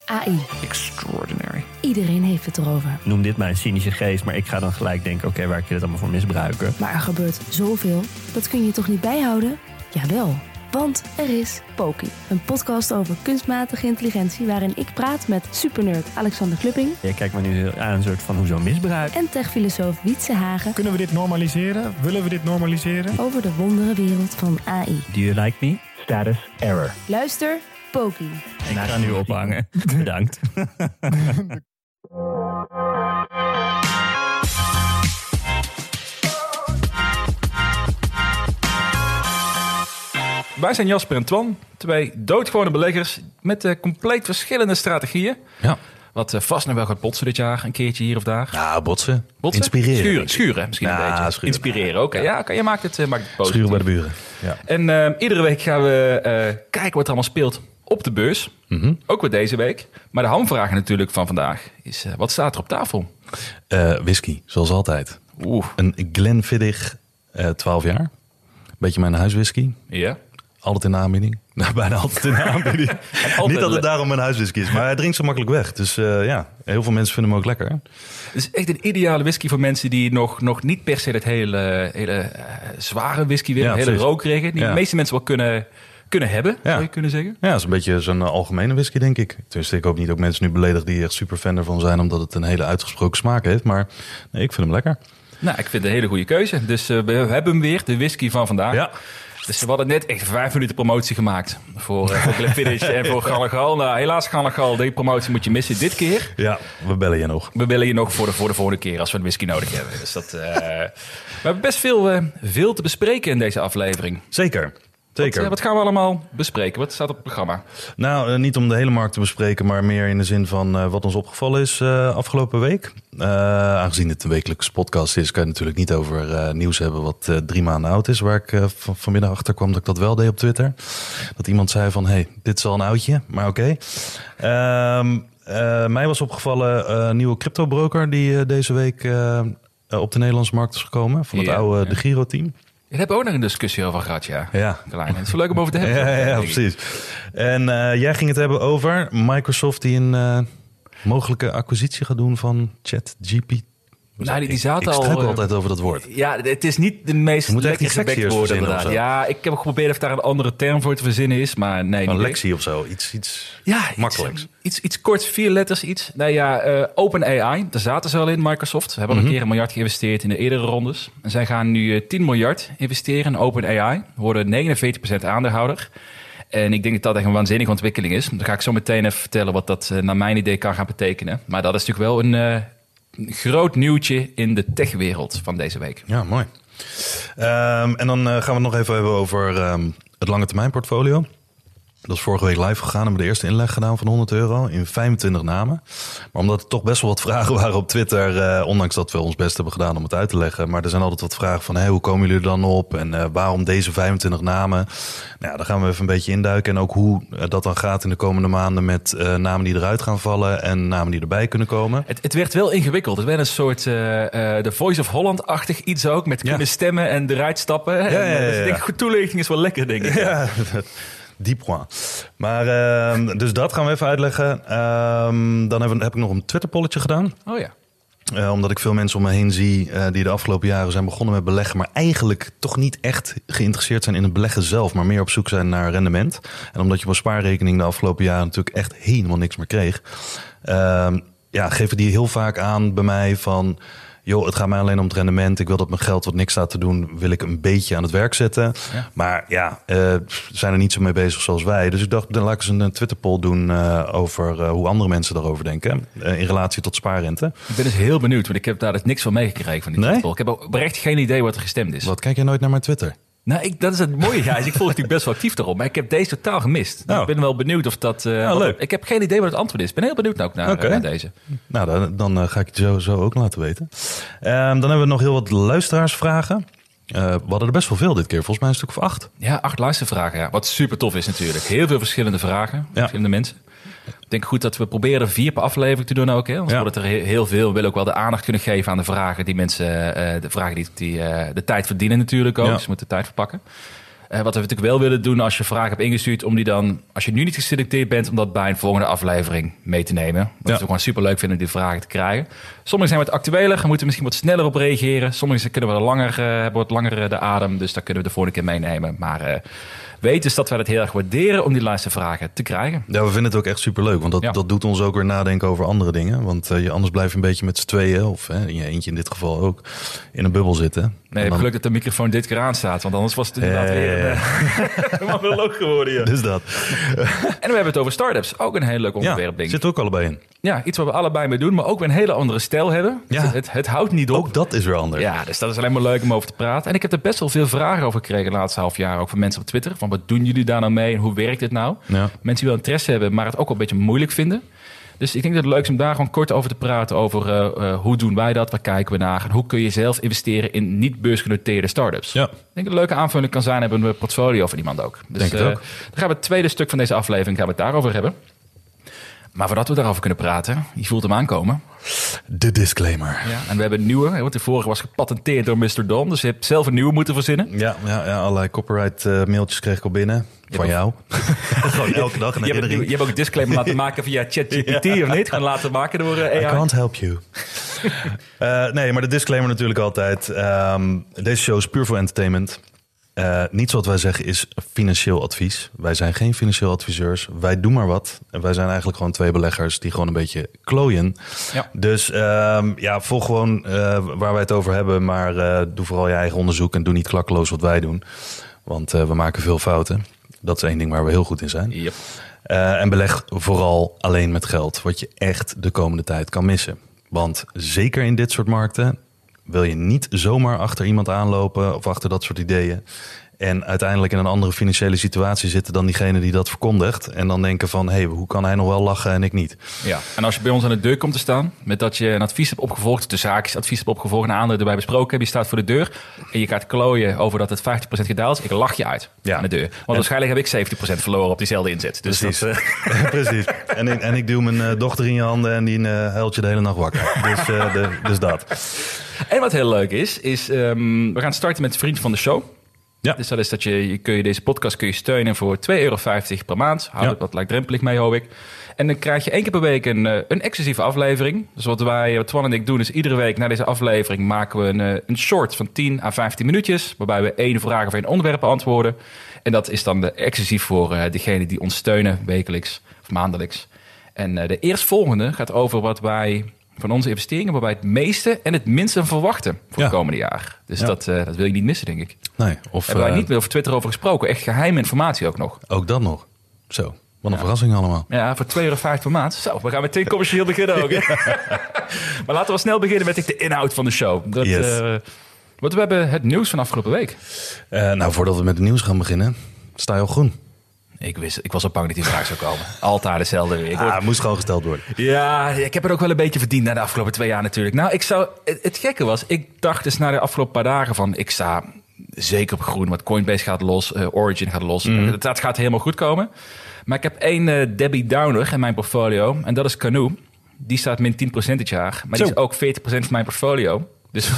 AI. Extraordinary. Iedereen heeft het erover. Noem dit maar een cynische geest, maar ik ga dan gelijk denken, oké, waar kun je het allemaal voor misbruiken? Maar er gebeurt zoveel, dat kun je toch niet bijhouden? Jawel, want er is Poki. Een podcast over kunstmatige intelligentie waarin ik praat met supernerd Alexander Klupping. Je kijkt me nu aan een soort van hoezo misbruik. En techfilosoof Wietse Hagen. Kunnen we dit normaliseren? Willen we dit normaliseren? Over de wonderenwereld van AI. Do you like me? Status error. Luister, Poki. Ik ga nu ophangen. Bedankt. Wij zijn Jasper en Twan, twee doodgewone beleggers met compleet verschillende strategieën. Ja. Wat vast nog wel gaat botsen dit jaar, een keertje hier of daar. Ja, botsen. Botsen? Inspireren. Schuren misschien een beetje. Schuren. Inspireren, oké. Ja, je maakt het positief. Schuren bij de buren. Ja. En iedere week gaan we kijken wat er allemaal speelt op de beurs. Mm-hmm. Ook weer deze week. Maar de hamvraag natuurlijk van vandaag is, wat staat er op tafel? Whisky, zoals altijd. Oeh. Een Glenfiddich 12 jaar. Beetje mijn huiswhisky. Ja. Altijd in de aanbieding. Nou, bijna altijd in de aanbieding. Niet dat het daarom mijn huiswhisky is, maar hij drinkt zo makkelijk weg. Dus heel veel mensen vinden hem ook lekker. Het is echt een ideale whisky voor mensen die nog niet per se dat hele zware whisky willen. Ja, hele precies. rokerige. Die de meeste mensen wel kunnen hebben, zou je kunnen zeggen. Ja, dat is een beetje zo'n algemene whisky, denk ik. Tenminste, ik hoop niet ook mensen nu beledigen die echt super fan ervan zijn, omdat het een hele uitgesproken smaak heeft. Maar nee, ik vind hem lekker. Nou, ik vind het een hele goede keuze. Dus we hebben hem weer, de whisky van vandaag. Ja. Dus we hadden net echt 5 minuten promotie gemaakt voor Glenfiddich en voor Gallegal. Nou, helaas Gallegal, die promotie moet je missen dit keer. Ja, we bellen je nog. We bellen je nog voor de volgende keer als we een whisky nodig hebben. Dus we hebben best veel te bespreken in deze aflevering. Zeker. Wat gaan we allemaal bespreken? Wat staat op het programma? Nou, niet om de hele markt te bespreken, maar meer in de zin van wat ons opgevallen is afgelopen week. Aangezien het een wekelijkse podcast is, kan je het natuurlijk niet over nieuws hebben wat 3 maanden oud is. Waar ik vanmiddag achter kwam dat ik dat wel deed op Twitter. Dat iemand zei van, hey, dit is al een oudje, maar oké. Mij was opgevallen een nieuwe cryptobroker die deze week op de Nederlandse markt is gekomen. Van het oude De Giro-team. Daar hebben we ook nog een discussie over gehad, ja. Klein. Het is wel leuk om over te hebben. Ja, precies. En jij ging het hebben over Microsoft die een mogelijke acquisitie gaat doen van ChatGPT. Nou, die zaten ik struikel al altijd over dat woord. Ja, het is niet de meest lekker gebekte woorden inderdaad. Ja, ik heb geprobeerd of daar een andere term voor te verzinnen is, maar nee. Een Lexie of zo, iets makkelijks. Iets korts, 4 letters, iets. Nou ja, OpenAI, daar zaten ze al in, Microsoft. Ze hebben al een keer $1 miljard geïnvesteerd in de eerdere rondes. En zij gaan nu 10 miljard investeren in OpenAI. Worden 49% aandeelhouder. En ik denk dat dat echt een waanzinnige ontwikkeling is. Dan ga ik zo meteen even vertellen wat dat naar mijn idee kan gaan betekenen. Maar dat is natuurlijk wel een groot nieuwtje in de techwereld van deze week. Ja, mooi. En dan gaan we het nog even hebben over het lange termijn portfolio. Dat is vorige week live gegaan. Hebben we de eerste inleg gedaan van €100 in 25 namen. Maar omdat er toch best wel wat vragen waren op Twitter, ondanks dat we ons best hebben gedaan om het uit te leggen. Maar er zijn altijd wat vragen van, hoe komen jullie er dan op? En waarom deze 25 namen? Nou ja, daar gaan we even een beetje induiken. En ook hoe dat dan gaat in de komende maanden met namen die eruit gaan vallen en namen die erbij kunnen komen. Het werd wel ingewikkeld. Het werd een soort The Voice of Holland-achtig iets ook. Met kunnen stemmen en eruit stappen. Dus ik denk, goed toelichting is wel lekker, denk ik. Ja. Diep point. Maar dus dat gaan we even uitleggen. Dan heb ik nog een Twitter-polletje gedaan. Oh ja. Omdat ik veel mensen om me heen zie die de afgelopen jaren zijn begonnen met beleggen, maar eigenlijk toch niet echt geïnteresseerd zijn in het beleggen zelf, maar meer op zoek zijn naar rendement. En omdat je op een spaarrekening de afgelopen jaren natuurlijk echt helemaal niks meer kreeg, geven die heel vaak aan bij mij van, joh, het gaat mij alleen om het rendement. Ik wil dat mijn geld wat niks staat te doen, wil ik een beetje aan het werk zetten. Ja. Maar zijn er niet zo mee bezig zoals wij. Dus ik dacht, dan laat ik eens een Twitter-poll doen over hoe andere mensen daarover denken. In relatie tot spaarrente. Ik ben dus heel benieuwd, want ik heb daar dus niks van meegekregen van die Twitter-poll. Ik heb oprecht geen idee wat er gestemd is. Wat, kijk jij nooit naar mijn Twitter? Nou, dat is het mooie, Gijs. Ik volg natuurlijk best wel actief daarop. Maar ik heb deze totaal gemist. Dus ik ben wel benieuwd of dat... leuk. Ik heb geen idee wat het antwoord is. Ik ben heel benieuwd ook naar deze. Nou, dan ga ik het zo ook laten weten. Dan hebben we nog heel wat luisteraarsvragen. We hadden er best wel veel dit keer. Volgens mij een stuk of 8. Ja, 8 luistervragen. Ja. Wat super tof is natuurlijk. Heel veel verschillende vragen. Verschillende mensen. Ik denk goed dat we proberen 4 per aflevering te doen ook. Hè? Anders wordt het er heel veel. We willen ook wel de aandacht kunnen geven aan de vragen die mensen... de vragen die de tijd verdienen natuurlijk ook. Ja. Dus we moeten tijd verpakken. Wat we natuurlijk wel willen doen als je vragen hebt ingestuurd, om die dan, als je nu niet geselecteerd bent, om dat bij een volgende aflevering mee te nemen. Wat we gewoon super leuk vinden om die vragen te krijgen. Sommige zijn wat actueler, we moeten misschien wat sneller op reageren. Sommige kunnen we hebben wat langer de adem, dus dat kunnen we de volgende keer meenemen. Maar weet dus dat wij het heel erg waarderen om die luistervragen te krijgen. Ja, we vinden het ook echt superleuk, want dat doet ons ook weer nadenken over andere dingen. Want anders blijf je een beetje met z'n tweeën, of in je eentje in dit geval ook, in een bubbel zitten. Nee, dan... geluk dat de microfoon dit keer aan staat, want anders was het inderdaad weer een monoloog geworden. Ja. Dus dat. En we hebben het over startups, ook een heel leuk onderwerp, denk ik. Zit er ook allebei in. Ja, iets wat we allebei mee doen, maar ook weer een hele andere stijl hebben. Ja. Het houdt niet op. Ook dat is weer anders. Ja, dus dat is alleen maar leuk om over te praten. En ik heb er best wel veel vragen over gekregen de laatste half jaar, ook van mensen op Twitter. Van wat doen jullie daar nou mee en hoe werkt dit nou? Ja. Mensen die wel interesse hebben, maar het ook wel een beetje moeilijk vinden. Dus ik denk dat het leuk is om daar gewoon kort over te praten. Over hoe doen wij dat, waar kijken we naar en hoe kun je zelf investeren in niet beursgenoteerde startups. Ja. Ik denk dat een leuke aanvulling kan zijn, hebben we een portfolio van iemand ook. Dus denk het ook. Dan gaan we het tweede stuk van deze aflevering gaan we het daarover hebben. Maar voordat we daarover kunnen praten, je voelt hem aankomen. De disclaimer. Ja, en we hebben een nieuwe, want de vorige was gepatenteerd door Mr. Don. Dus je hebt zelf een nieuwe moeten verzinnen. Ja, allerlei copyright mailtjes kreeg ik al binnen. Van jou. Gewoon elke dag. Je hebt ook een disclaimer laten maken via ChatGPT, of niet? Gaan laten maken door AI. I can't help you. Nee, maar de disclaimer natuurlijk altijd. Deze show is puur voor entertainment. Niets wat wij zeggen is financieel advies. Wij zijn geen financieel adviseurs. Wij doen maar wat. En wij zijn eigenlijk gewoon twee beleggers die gewoon een beetje klooien. Ja. Dus volg gewoon waar wij het over hebben. Maar doe vooral je eigen onderzoek en doe niet klakkeloos wat wij doen. Want we maken veel fouten. Dat is één ding waar we heel goed in zijn. Yep. En beleg vooral alleen met geld. Wat je echt de komende tijd kan missen. Want zeker in dit soort markten wil je niet zomaar achter iemand aanlopen of achter dat soort ideeën. En uiteindelijk in een andere financiële situatie zitten dan diegene die dat verkondigt. En dan denken van, hé, hoe kan hij nog wel lachen en ik niet? Ja, en als je bij ons aan de deur komt te staan, met dat je een advies hebt opgevolgd, de zaakjes advies hebt opgevolgd, een aandeel erbij besproken hebt, je staat voor de deur en je gaat klooien over dat het 50% gedaald is, ik lach je uit aan de deur. Want waarschijnlijk heb ik 70% verloren op diezelfde inzet. Dus precies. Precies. En ik duw mijn dochter in je handen en die huilt je de hele nacht wakker. Dus dat. En wat heel leuk is we gaan starten met Vriend van de Show. Ja. Dus dat is dat kun je deze podcast steunen voor €2,50 per maand. Houd het wat laagdrempelig mee, hoop ik. En dan krijg je 1 keer per week een exclusieve aflevering. Dus wat Twan en ik doen is iedere week na deze aflevering maken we een short van 10 à 15 minuutjes. Waarbij we 1 vraag of 1 onderwerp beantwoorden. En dat is dan exclusief voor degenen die ons steunen wekelijks of maandelijks. En de eerstvolgende gaat over wat wij van onze investeringen, waarbij het meeste en het minste verwachten voor het komende jaar. Dus dat wil je niet missen, denk ik. Nee, hebben wij niet meer over Twitter over gesproken. Echt geheime informatie ook nog. Ook dat nog. Zo, wat een verrassing allemaal. Ja, voor €2,50 per maand. Zo, we gaan meteen commercieel beginnen ook. Maar laten we snel beginnen met de inhoud van de show. Want we hebben het nieuws van afgelopen week. Voordat we met het nieuws gaan beginnen, sta je al groen. Ik was al bang dat die vraag zou komen. Altijd dezelfde weer. Moest gewoon gesteld worden. Ja, ik heb het ook wel een beetje verdiend na de afgelopen 2 jaar natuurlijk. Nou, het gekke was, ik dacht dus na de afgelopen paar dagen van, ik sta zeker op groen, want Coinbase gaat los, Origin gaat los. Dat gaat helemaal goed komen. Maar ik heb 1 Debbie Downer in mijn portfolio en dat is Canoe. Die staat min 10% dit jaar, maar die is ook 40% van mijn portfolio. Dus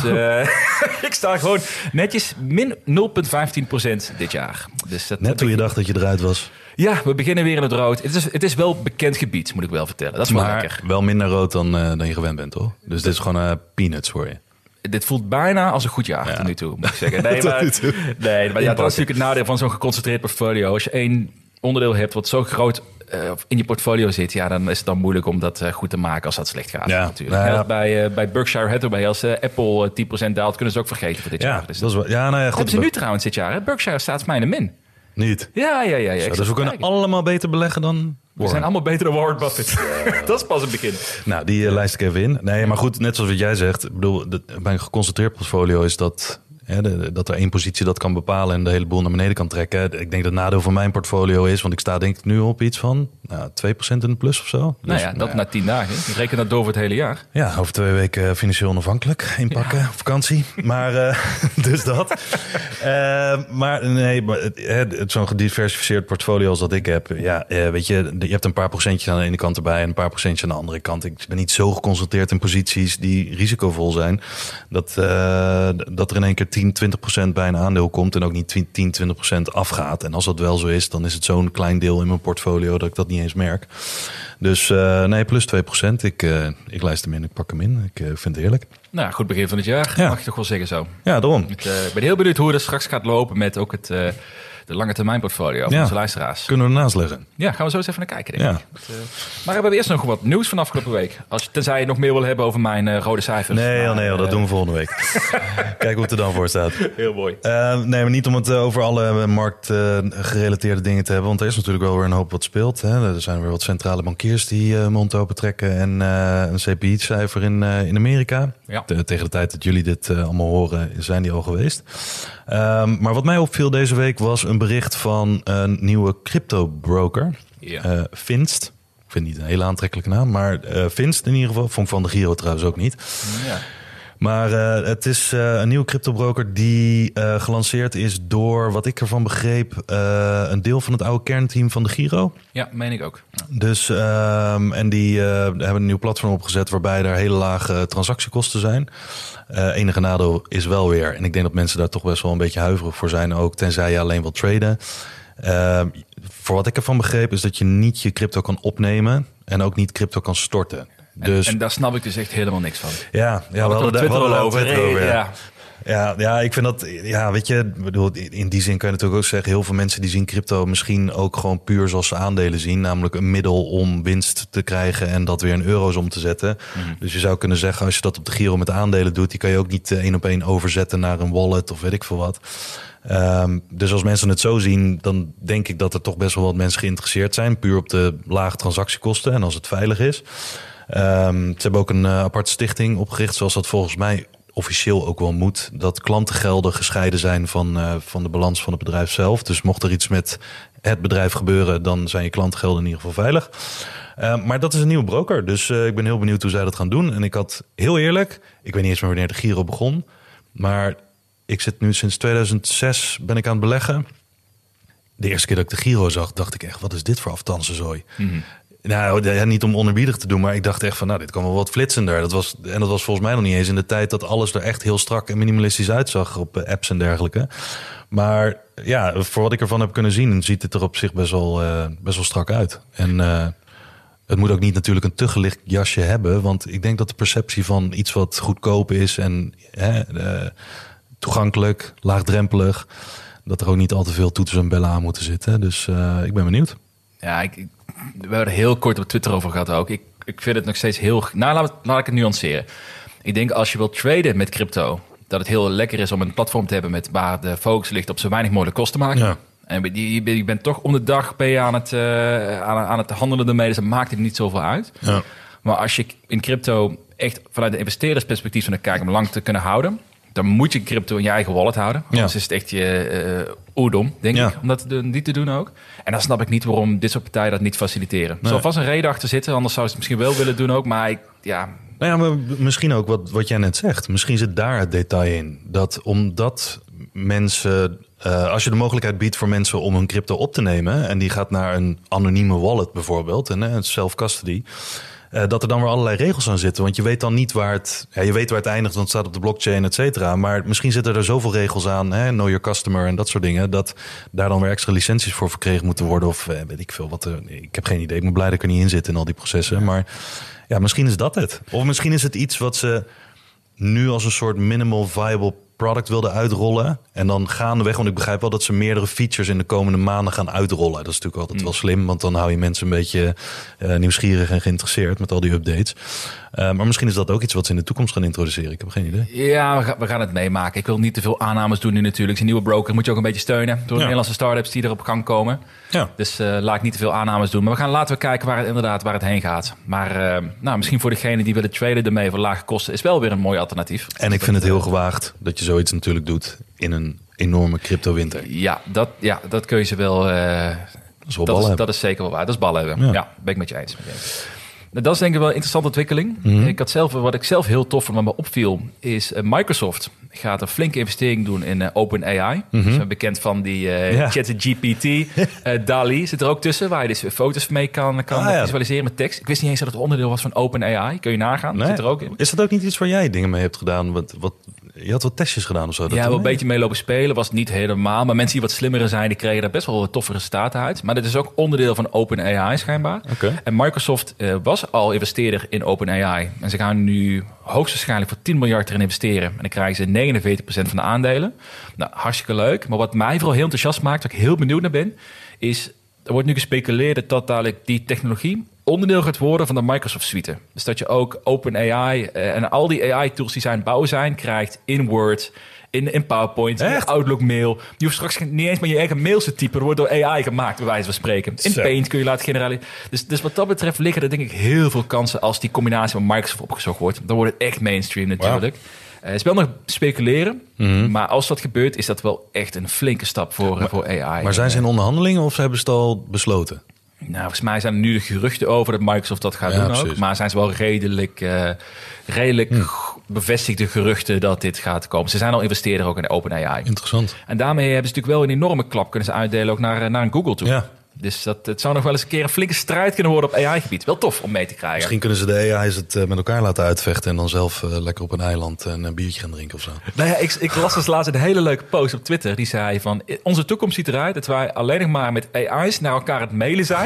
ik sta gewoon netjes min 0,15% dit jaar. Dus net toen je dacht dat je eruit was. Ja, we beginnen weer in het rood. Het is wel bekend gebied, moet ik wel vertellen. Dat is wel lekker. Wel minder rood dan je gewend bent, toch? Dus dit is gewoon peanuts voor je. Dit voelt bijna als een goed jaar tot nu toe, moet ik zeggen. Nee, maar dat is natuurlijk het nadeel van zo'n geconcentreerd portfolio. Als je 1 onderdeel hebt wat zo groot in je portfolio zit, dan is het dan moeilijk om dat goed te maken als dat slecht gaat. Ja, natuurlijk. Bij Berkshire Hathaway, als Apple 10% daalt, kunnen ze ook vergeten voor dit jaar. Dus dat is wel, goed. Hebben ze nu trouwens dit jaar. Hè? Berkshire staat voor mij in de min. Niet? Ja. Zo, dus we kunnen allemaal beter beleggen dan Warren. We zijn allemaal beter dan Warren Buffett. Dat is pas het begin. Nou, die lijst ik even in. Nee, maar goed, net zoals wat jij zegt. Ik bedoel, bij een geconcentreerd portfolio is dat dat er 1 positie dat kan bepalen en de hele boel naar beneden kan trekken. Ik denk dat het nadeel van mijn portfolio is, want ik sta denk ik nu op iets van 2% in de plus of zo. Dus, na 10 dagen. Je rekent dat door voor het hele jaar. Ja, over 2 weken financieel onafhankelijk. Inpakken, vakantie. Maar dus dat. Maar zo'n gediversifieerd portfolio als dat ik heb. Weet je hebt een paar procentjes aan de ene kant erbij en een paar procentjes aan de andere kant. Ik ben niet zo geconcentreerd in posities die risicovol zijn. Dat er in één keer 10 10, 20% bij een aandeel komt en ook niet 10, 20% afgaat. En als dat wel zo is, dan is het zo'n klein deel in mijn portfolio dat ik dat niet eens merk. Dus nee, plus 2%. Ik lijst hem in, ik pak hem in. Ik vind het heerlijk. Nou, goed begin van het jaar, mag je toch wel zeggen zo. Ja, daarom. Ik ben heel benieuwd hoe het straks gaat lopen met ook de lange termijn portfolio van onze luisteraars. Kunnen we ernaast leggen. Ja, gaan we zo eens even naar kijken, denk ik. Maar hebben we eerst nog wat nieuws van afgelopen week? Tenzij je nog meer wil hebben over mijn rode cijfers. Nee, dat doen we volgende week. Kijk hoe het er dan voor staat. Heel mooi. Nee, maar niet om het over alle marktgerelateerde dingen te hebben. Want er is natuurlijk wel weer een hoop wat speelt. Hè. Er zijn weer wat centrale bankiers die mond open trekken. En een CPI-cijfer in Amerika. Ja. Tegen de tijd dat jullie dit allemaal horen, zijn die al geweest. Maar wat mij opviel deze week was een bericht van een nieuwe crypto-broker. Ja. Finst. Ik vind het niet een hele aantrekkelijke naam, maar Finst in ieder geval. Vond ik van de Giro trouwens ook niet. Ja. Maar het is een nieuwe cryptobroker die gelanceerd is door, wat ik ervan begreep, een deel van het oude kernteam van de Giro. Ja, meen ik ook. Dus, en die hebben een nieuw platform opgezet waarbij er hele lage transactiekosten zijn. Enige nadeel is wel weer, en ik denk dat mensen daar toch best wel een beetje huiverig voor zijn ook, tenzij je alleen wil traden. Voor wat ik ervan begreep is dat je niet je crypto kan opnemen en ook niet crypto kan storten. Dus, en daar snap ik dus echt helemaal niks van. Ja, we hadden daar over. Ja. Ja, ik vind dat, weet je, bedoel, in die zin kan je natuurlijk ook zeggen, heel veel mensen die zien crypto misschien ook gewoon puur zoals ze aandelen zien, namelijk een middel om winst te krijgen en dat weer in euro's om te zetten. Mm-hmm. Dus je zou kunnen zeggen, als je dat op de Giro met aandelen doet, die kan je ook niet 1 op 1 overzetten naar een wallet of weet ik veel wat. Dus als mensen het zo zien, dan denk ik dat er toch best wel wat mensen geïnteresseerd zijn, puur op de lage transactiekosten en als het veilig is. Ze hebben ook een aparte stichting opgericht, zoals dat volgens mij officieel ook wel moet. Dat klantengelden gescheiden zijn van de balans van het bedrijf zelf. Dus mocht er iets met het bedrijf gebeuren, dan zijn je klantengelden in ieder geval veilig. Maar dat is een nieuwe broker, dus ik ben heel benieuwd hoe zij dat gaan doen. En ik had, heel eerlijk, ik weet niet eens meer wanneer de Giro begon, maar ik zit nu sinds 2006 ben ik aan het beleggen. De eerste keer dat ik de Giro zag, dacht ik echt, wat is dit voor aftansenzooi? Mm-hmm. Nou, niet om onerbiedig te doen, maar ik dacht echt van, dit kan wel wat flitsender. Dat was volgens mij nog niet eens in de tijd dat alles er echt heel strak en minimalistisch uitzag op apps en dergelijke. Maar ja, voor wat ik ervan heb kunnen zien, ziet het er op zich best wel strak uit. En het moet ook niet natuurlijk een te gelicht jasje hebben, want ik denk dat de perceptie van iets wat goedkoop is en toegankelijk, laagdrempelig, dat er ook niet al te veel toeters en bellen aan moeten zitten. Dus ik ben benieuwd. Ja, we hebben er heel kort op Twitter over gehad ook. Ik vind het nog steeds heel... Nou, laat ik het nuanceren. Ik denk als je wilt traden met crypto, dat het heel lekker is om een platform te hebben waar de focus ligt op zo weinig mogelijk kosten maken. Ja. En je bent toch om de dag ben je aan het handelen ermee, dus dat maakt het niet zoveel uit. Ja. Maar als je in crypto echt vanuit de investeerdersperspectief van kijken om lang te kunnen houden, dan moet je crypto in je eigen wallet houden. Anders is het echt oerdom, denk ik, om dat niet te doen ook. En dan snap ik niet waarom dit soort partijen dat niet faciliteren. Er zal vast een reden achter zitten, anders zou ze het misschien wel willen doen ook. Maar maar misschien ook wat jij net zegt. Misschien zit daar het detail in. Dat omdat mensen, als je de mogelijkheid biedt voor mensen om hun crypto op te nemen en die gaat naar een anonieme wallet bijvoorbeeld, en self-custody, dat er dan weer allerlei regels aan zitten. Want je weet dan niet waar het... Ja, je weet waar het eindigt, want het staat op de blockchain, et cetera. Maar misschien zitten er zoveel regels aan, know your customer en dat soort dingen, dat daar dan weer extra licenties voor verkregen moeten worden. Of weet ik veel wat. Ik heb geen idee. Ik ben blij dat ik er niet in zit in al die processen. Ja. Maar ja, misschien is dat het. Of misschien is het iets wat ze nu als een soort minimal viable product wilden uitrollen. En dan gaandeweg, want ik begrijp wel dat ze meerdere features in de komende maanden gaan uitrollen. Dat is natuurlijk altijd wel slim, want dan hou je mensen een beetje nieuwsgierig en geïnteresseerd met al die updates. Maar misschien is dat ook iets wat ze in de toekomst gaan introduceren. Ik heb geen idee. Ja, we gaan het meemaken. Ik wil niet te veel aannames doen nu natuurlijk. Een nieuwe broker moet je ook een beetje steunen door de Nederlandse start-ups die er op gang komen. Ja. Dus laat ik niet te veel aannames doen. Maar laten we kijken waar het heen gaat. Maar misschien voor degene die willen traden ermee voor lage kosten is wel weer een mooi alternatief. En ik vind het heel gewaagd dat je zoiets natuurlijk doet in een enorme crypto-winter. Dat kun je ze wel... Dat is zeker wel waar. Dat is ballen hebben. Ja, ben ik met je eens. Dat is denk ik wel een interessante ontwikkeling. Wat ik zelf heel tof vond, wat me opviel, is Microsoft gaat een flinke investering doen in OpenAI. Dus bekend van die ChatGPT. DALL-E zit er ook tussen, waar je dus foto's mee kan visualiseren met tekst. Ik wist niet eens dat het onderdeel was van OpenAI. Kun je nagaan, zit er ook in. Is dat ook niet iets waar jij dingen mee hebt gedaan? Je had wat testjes gedaan of zo? Wel een beetje mee lopen spelen. Was niet helemaal. Maar mensen die wat slimmere zijn, die kregen daar best wel wat toffe resultaten uit. Maar dit is ook onderdeel van OpenAI schijnbaar. Okay. En Microsoft was al investeerder in OpenAI. En ze gaan nu hoogstwaarschijnlijk voor 10 miljard erin investeren. En dan krijgen ze 49% van de aandelen. Nou, hartstikke leuk. Maar wat mij vooral heel enthousiast maakt, waar ik heel benieuwd naar ben, is, er wordt nu gespeculeerd dat dadelijk die technologie onderdeel gaat worden van de Microsoft suite. Dus dat je ook OpenAI en al die AI-tools die zijn bouwen zijn, krijgt in Word, in PowerPoint, in Outlook mail. Je hoeft straks niet eens maar je eigen mails te typen. Er wordt door AI gemaakt, bij wijze van spreken. In Paint kun je laten generaliseren. Dus wat dat betreft liggen er denk ik heel veel kansen als die combinatie van Microsoft opgezocht wordt. Dan wordt het echt mainstream natuurlijk. Het is wel nog speculeren, maar als dat gebeurt, is dat wel echt een flinke stap voor AI. Maar zijn ze in onderhandelingen of hebben ze het al besloten? Nou, volgens mij zijn er nu de geruchten over dat Microsoft dat gaat doen ook. Maar zijn ze wel redelijk bevestigde geruchten dat dit gaat komen. Ze zijn al investeerder ook in OpenAI. Interessant. En daarmee hebben ze natuurlijk wel een enorme klap kunnen ze uitdelen ook naar een Google toe. Ja. Dus het zou nog wel eens een keer een flinke strijd kunnen worden op AI-gebied. Wel tof om mee te krijgen. Misschien kunnen ze de AI's het met elkaar laten uitvechten en dan zelf lekker op een eiland een biertje gaan drinken of zo. Nou ja, ik las dus laatst een hele leuke post op Twitter. Die zei van, onze toekomst ziet eruit dat wij alleen nog maar met AI's naar elkaar het mailen zijn.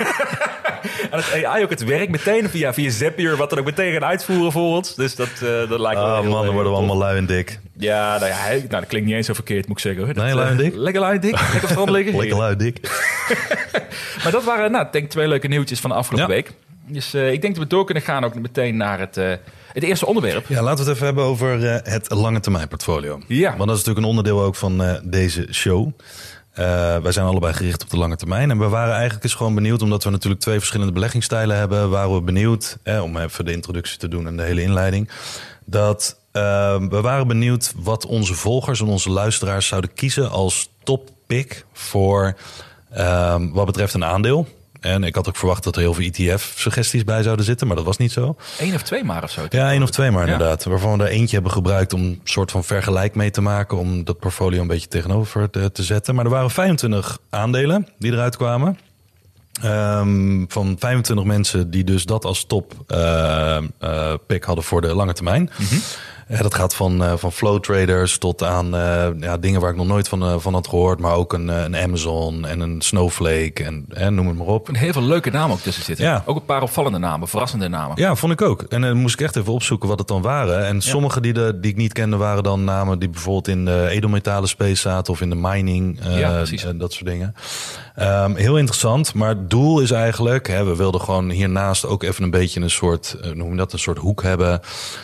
En dat AI ook het werk meteen via Zapier, wat er ook meteen gaan uitvoeren voor ons. Dus dat lijkt me heel man, dan worden we allemaal lui en dik. Ja, dat klinkt niet eens zo verkeerd, moet ik zeggen. Nee, lui en dik? Lekker lui en dik. Lekker op strand liggen. Lekker lui en dik. Maar dat waren, denk ik, 2 leuke nieuwtjes van de afgelopen week. Dus ik denk dat we door kunnen gaan ook meteen naar het eerste onderwerp. Ja, laten we het even hebben over het lange termijn portfolio. Ja. Want dat is natuurlijk een onderdeel ook van deze show. Wij zijn allebei gericht op de lange termijn. En we waren eigenlijk eens gewoon benieuwd, omdat we natuurlijk 2 verschillende beleggingsstijlen hebben, waren we benieuwd, om even de introductie te doen en de hele inleiding, dat we waren benieuwd wat onze volgers en onze luisteraars zouden kiezen als toppick voor wat betreft een aandeel. En ik had ook verwacht dat er heel veel ETF-suggesties bij zouden zitten, maar dat was niet zo. 1 of 2 maar of zo? Ja, 1 of 2 maar inderdaad. Waarvan we er eentje hebben gebruikt om een soort van vergelijk mee te maken, om dat portfolio een beetje tegenover te zetten. Maar er waren 25 aandelen die eruit kwamen. Van 25 mensen die dus dat als top pick hadden voor de lange termijn. Dat gaat van flow traders tot aan dingen waar ik nog nooit van had gehoord. Maar ook een Amazon en een Snowflake en noem het maar op. En heel veel leuke namen ook tussen zitten. Ja. Ook een paar opvallende namen, verrassende namen. Ja, vond ik ook. En dan moest ik echt even opzoeken wat het dan waren. En sommige die ik niet kende waren dan namen die bijvoorbeeld in de edelmetalen space zaten of in de mining. Dat soort dingen. Heel interessant. Maar het doel is eigenlijk, we wilden gewoon hiernaast ook even een beetje een soort, noem je dat, een soort hoek hebben.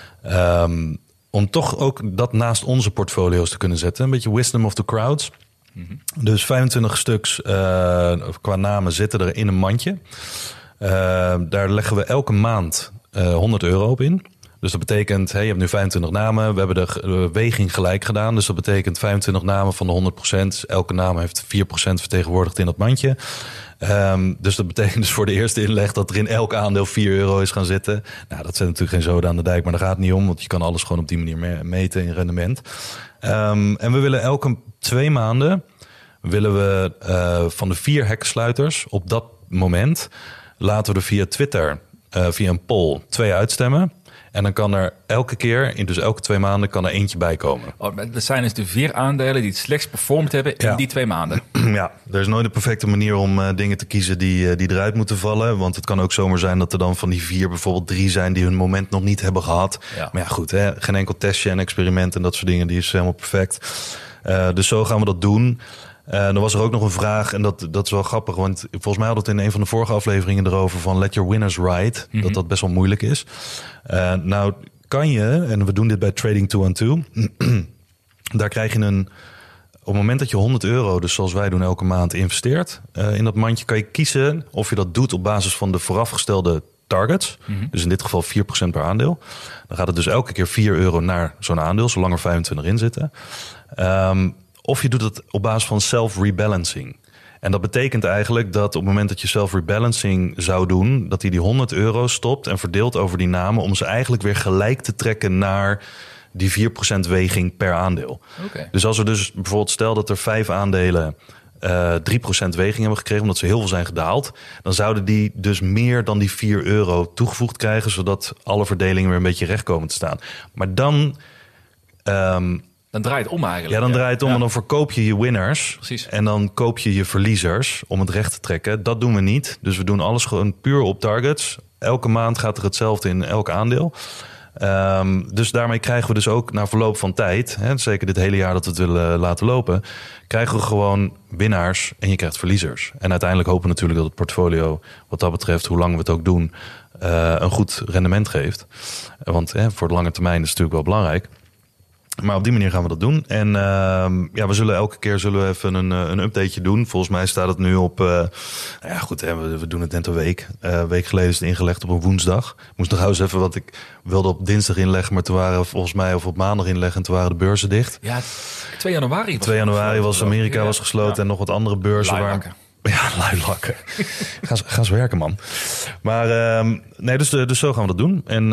Om toch ook dat naast onze portfolio's te kunnen zetten. Een beetje wisdom of the crowds. Dus 25 stuks qua namen zitten er in een mandje. Daar leggen we elke maand €100 op in. Dus dat betekent, je hebt nu 25 namen. We hebben de weging gelijk gedaan. Dus dat betekent 25 namen van de 100%. Elke naam heeft 4% vertegenwoordigd in dat mandje. Dus dat betekent dus voor de eerste inleg dat er in elk aandeel €4 is gaan zitten. Nou, dat zet natuurlijk geen zoden aan de dijk, maar daar gaat het niet om. Want je kan alles gewoon op die manier meten in rendement. En we willen elke 2 maanden van de 4 hekkensluiters op dat moment laten we er via Twitter, via een poll 2 uitstemmen. En dan kan er elke keer, dus elke 2 maanden, kan er eentje bij komen. Er zijn dus de 4 aandelen die het slechtst performed hebben in die 2 maanden. Ja, er is nooit een perfecte manier om dingen te kiezen die eruit moeten vallen. Want het kan ook zomaar zijn dat er dan van die 4 bijvoorbeeld 3 zijn die hun moment nog niet hebben gehad. Ja. Maar ja, goed, geen enkel testje en experiment en dat soort dingen, die is helemaal perfect. Dus zo gaan we dat doen. Dan was er ook nog een vraag, en dat is wel grappig, want volgens mij hadden we het in een van de vorige afleveringen erover van let your winners ride, dat best wel moeilijk is. Nou kan je, en we doen dit bij Trading 2-on-2, daar krijg je op het moment dat je €100, dus zoals wij doen elke maand, investeert in dat mandje, kan je kiezen of je dat doet op basis van de voorafgestelde targets. Dus in dit geval 4% per aandeel. Dan gaat het dus elke keer €4 naar zo'n aandeel, zolang er 25 in zitten. Of je doet het op basis van self-rebalancing. En dat betekent eigenlijk dat op het moment dat je self-rebalancing zou doen, dat hij die €100 stopt en verdeelt over die namen om ze eigenlijk weer gelijk te trekken naar die 4% weging per aandeel. Okay. Dus als er dus bijvoorbeeld stel dat er 5 aandelen 3% weging hebben gekregen, omdat ze heel veel zijn gedaald, dan zouden die dus meer dan die €4 toegevoegd krijgen, zodat alle verdelingen weer een beetje recht komen te staan. Maar dan dan draait het om eigenlijk. Ja, dan draait het om en dan verkoop je je winners. Precies. En dan koop je je verliezers om het recht te trekken. Dat doen we niet. Dus we doen alles gewoon puur op targets. Elke maand gaat er hetzelfde in elk aandeel. Dus daarmee krijgen we dus ook na verloop van tijd, zeker dit hele jaar dat we het willen laten lopen, krijgen we gewoon winnaars en je krijgt verliezers. En uiteindelijk hopen we natuurlijk dat het portfolio wat dat betreft, hoe lang we het ook doen, een goed rendement geeft. Want voor de lange termijn is het natuurlijk wel belangrijk. Maar op die manier gaan we dat doen. En we zullen elke keer even een updateje doen. Volgens mij staat het nu op... we doen het net een week. Een week geleden is het ingelegd op een woensdag. Ik moest nog eens even, want ik wilde op dinsdag inleggen, maar toen waren volgens mij, of op maandag inleggen, en toen waren de beurzen dicht. Ja, 2 januari was 2 januari was Amerika was gesloten en nog wat andere beurzen. Luilakken. Ja, luilakken. Ga eens werken, man. Maar dus zo gaan we dat doen. En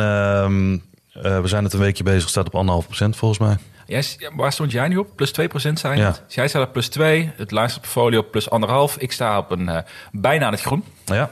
we zijn het een weekje bezig, staat op 1,5% volgens mij. Waar stond jij nu op? Plus 2% zijn Ja. het? Dus jij staat op plus 2, het luisterportfolio plus 1,5. Ik sta op bijna aan het groen. Ja.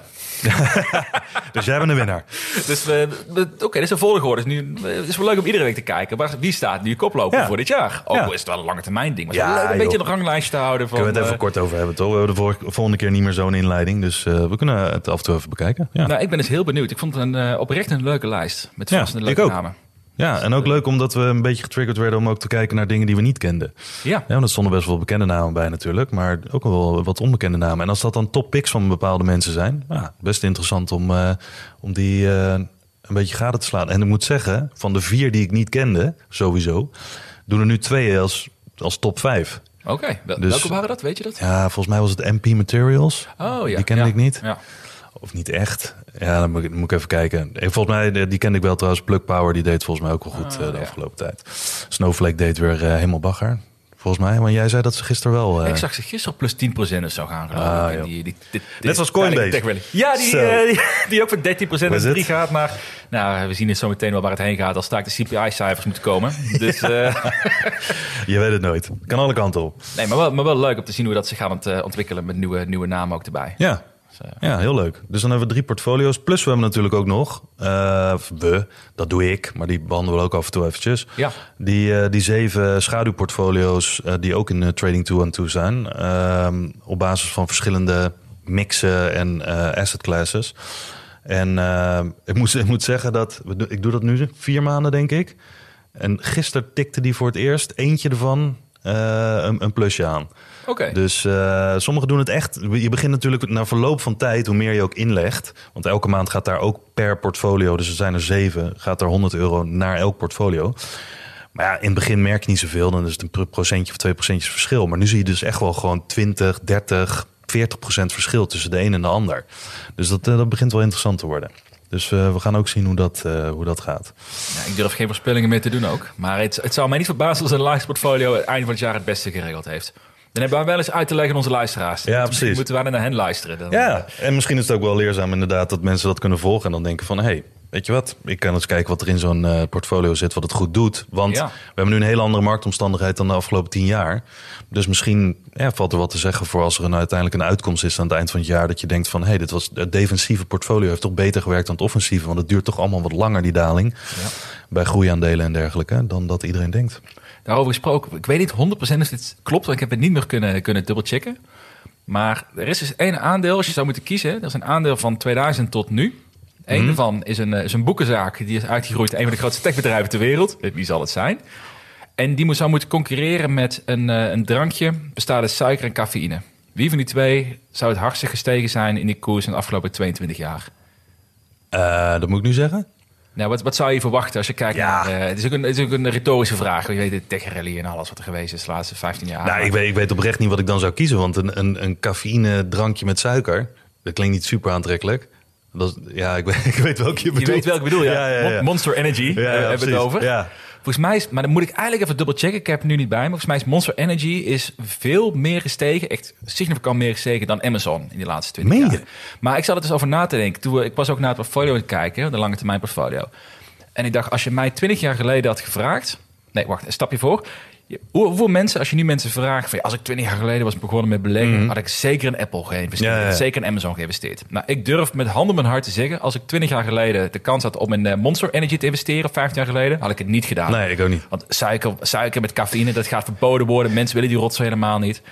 Dus jij bent de winnaar. Dus dit is een volgorde. Dus nu het is wel leuk om iedere week te kijken. Wie staat nu koploper voor dit jaar? Ook is het wel een lange termijn ding. Maar het is wel leuk een beetje een ranglijst te houden. Van, kunnen we het even kort over hebben, toch? We hebben de volgende keer niet meer zo'n inleiding. Dus we kunnen het af en toe even bekijken. Ja. Nou, ik ben dus heel benieuwd. Ik vond het oprecht een leuke lijst. Met verrassende leuke namen. Ja, en ook leuk omdat we een beetje getriggerd werden om ook te kijken naar dingen die we niet kenden. Ja. Want er stonden best wel bekende namen bij natuurlijk, maar ook wel wat onbekende namen. En als dat dan top picks van bepaalde mensen zijn, best interessant om die een beetje gade te slaan. En ik moet zeggen, van de 4 die ik niet kende, sowieso, doen er nu 2 als top 5. Oké, Dus, welke waren dat? Weet je dat? Ja, volgens mij was het MP Materials. Oh ja. Die kende ik niet. Ja. Of niet echt. Ja, dan moet ik even kijken. Volgens mij, die kende ik wel trouwens. Plug Power, die deed volgens mij ook wel goed de afgelopen tijd. Snowflake deed weer helemaal bagger. Volgens mij, want jij zei dat ze gisteren wel... Ik zag ze gisteren op plus 10% of zo gaan, geloof ik. Net zoals Coinbase. Ja, die ook voor 13% en 3 gaat. Maar we zien het zo meteen wel waar het heen gaat als straks de CPI-cijfers moeten komen. Dus, je weet het nooit. Kan alle kanten op. Nee, maar wel leuk om te zien hoe dat zich gaat ontwikkelen met nieuwe namen ook erbij. Ja. Ja, heel leuk. Dus dan hebben we 3 portfolio's. Plus we hebben natuurlijk ook nog... dat doe ik, maar die behandelen we ook af en toe eventjes. Ja. Die 7 schaduwportfolio's die ook in Trading 212 zijn. Op basis van verschillende mixen en asset classes. En ik moet zeggen dat... Ik doe dat nu 4 maanden, denk ik. En gisteren tikte die voor het eerst eentje ervan een plusje aan. Okay. Dus sommigen doen het echt. Je begint natuurlijk na verloop van tijd, hoe meer je ook inlegt. Want elke maand gaat daar ook per portfolio, dus er zijn er 7, gaat er €100 naar elk portfolio. Maar ja, in het begin merk je niet zoveel. Dan is het een procentje of 2% verschil. Maar nu zie je dus echt wel gewoon 20, 30, 40% verschil tussen de een en de ander. Dus dat begint wel interessant te worden. Dus we gaan ook zien hoe dat gaat. Ja, ik durf geen voorspellingen meer te doen ook. Maar het zou mij niet verbazen als een luisterportfolio het einde van het jaar het beste geregeld heeft. Dan hebben we wel eens uit te leggen aan onze luisteraars. Ja, precies. Moeten we naar hen luisteren. Dan, ja, en misschien is het ook wel leerzaam inderdaad dat mensen dat kunnen volgen. En dan denken van, hey, weet je wat? Ik kan eens kijken wat er in zo'n portfolio zit, wat het goed doet. Want we hebben nu een hele andere marktomstandigheid dan de afgelopen 10 jaar. Dus misschien valt er wat te zeggen voor als er uiteindelijk een uitkomst is aan het eind van het jaar. Dat je denkt van, hey, dit was het defensieve portfolio heeft toch beter gewerkt dan het offensieve. Want het duurt toch allemaal wat langer, die daling. Ja. Bij groeiaandelen en dergelijke, dan dat iedereen denkt. Daarover gesproken, ik weet niet 100% of dit klopt, want ik heb het niet meer kunnen dubbelchecken. Maar er is dus één aandeel, als je zou moeten kiezen. Dat is een aandeel van 2000 tot nu. Eén daarvan is een boekenzaak, die is uitgegroeid. Een van de grootste techbedrijven ter wereld. Wie zal het zijn? En die zou moeten concurreren met een drankje bestaande uit suiker en cafeïne. Wie van die twee zou het hardst gestegen zijn in die koers in de afgelopen 22 jaar? Dat moet ik nu zeggen? Nou, wat zou je verwachten als je kijkt naar... Het is ook een retorische vraag. Je weet de tech-rally en alles wat er geweest is de laatste 15 jaar. Nou, ik weet oprecht niet wat ik dan zou kiezen. Want een cafeïne drankje met suiker, dat klinkt niet super aantrekkelijk. Ik weet welke je bedoelt. Je weet welke ik bedoel, ja. Monster Energy hebben we het over. Ja. Volgens mij is, maar dan moet ik eigenlijk even dubbelchecken. Ik heb het nu niet bij me. Volgens mij is Monster Energy is veel meer gestegen. Echt significant meer gestegen dan Amazon in de laatste 20 Meen je? jaar. Maar ik zat er dus over na te denken. Ik was ook naar het portfolio aan het kijken, de lange termijn portfolio. En ik dacht, als je mij 20 jaar geleden had gevraagd... Nee, wacht, een stapje voor. Hoeveel mensen, als je nu mensen vraagt... Van, als ik 20 jaar geleden was begonnen met beleggen... had ik zeker in Apple geïnvesteerd. Ja. Zeker in Amazon geïnvesteerd. Nou, ik durf met handen op mijn hart te zeggen... als ik 20 jaar geleden de kans had om in Monster Energy te investeren... 15 jaar geleden, had ik het niet gedaan. Nee, ik ook niet. Want suiker met cafeïne, dat gaat verboden worden. Mensen willen die rotzooi helemaal niet.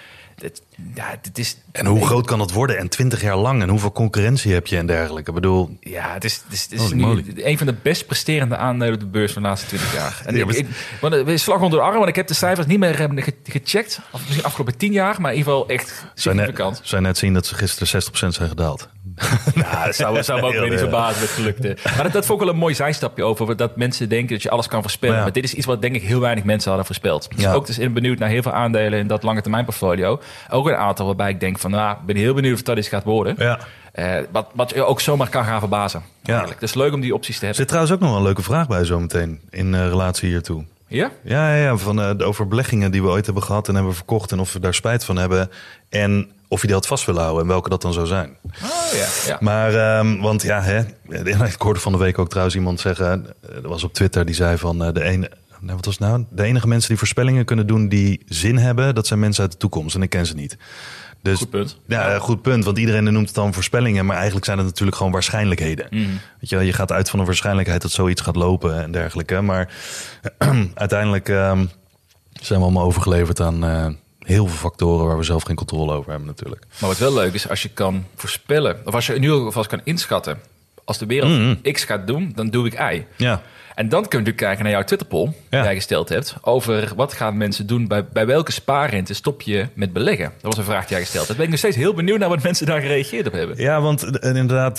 Dit is... En hoe groot kan dat worden? En 20 jaar lang? En hoeveel concurrentie heb je en dergelijke? Ik bedoel... Ja, het is nu een van de best presterende aandelen op de beurs van de laatste 20 jaar. En we slag onder de arm, want ik heb de cijfers niet meer gecheckt. Of misschien afgelopen 10 jaar, maar in ieder geval echt significant. Zou net zien dat ze gisteren 60% zijn gedaald. Ja, dat zou me ook weer niet verbazen met gelukte. Maar dat vond ik wel een mooi zijstapje over. Dat mensen denken dat je alles kan voorspellen. Ja. Maar dit is iets wat denk ik heel weinig mensen hadden voorspeld. Dus ook dus benieuwd naar heel veel aandelen in dat lange termijn portfolio. Ook een aantal waarbij ik denk van, ik ben heel benieuwd of dat iets gaat worden. Ja. Wat je ook zomaar kan gaan verbazen. Ja. Het is leuk om die opties te Er hebben. zit trouwens ook nog wel een leuke vraag bij zometeen in relatie hiertoe. Ja? Ja, van over beleggingen die we ooit hebben gehad en hebben verkocht en of we daar spijt van hebben. En of je die had vast willen houden en welke dat dan zou zijn. Oh ja. Maar, want ik hoorde van de week ook trouwens iemand zeggen, er was op Twitter die zei van wat was het nou? De enige mensen die voorspellingen kunnen doen die zin hebben, dat zijn mensen uit de toekomst en ik ken ze niet. Dus, Goed punt. Ja, goed punt. Want iedereen noemt het dan voorspellingen. Maar eigenlijk zijn het natuurlijk gewoon waarschijnlijkheden. Weet je gaat uit van een waarschijnlijkheid dat zoiets gaat lopen en dergelijke. Maar uiteindelijk zijn we allemaal overgeleverd aan heel veel factoren waar we zelf geen controle over hebben natuurlijk. Maar wat wel leuk is, als je kan voorspellen, of als je nu alvast kan inschatten, als de wereld X gaat doen, dan doe ik Y. Ja. En dan kun je natuurlijk kijken naar jouw Twitterpoll die jij gesteld hebt. Over wat gaan mensen doen, bij welke spaarrente stop je met beleggen? Dat was een vraag die jij gesteld hebt. Ben ik nog steeds heel benieuwd naar wat mensen daar gereageerd op hebben. Ja, want inderdaad,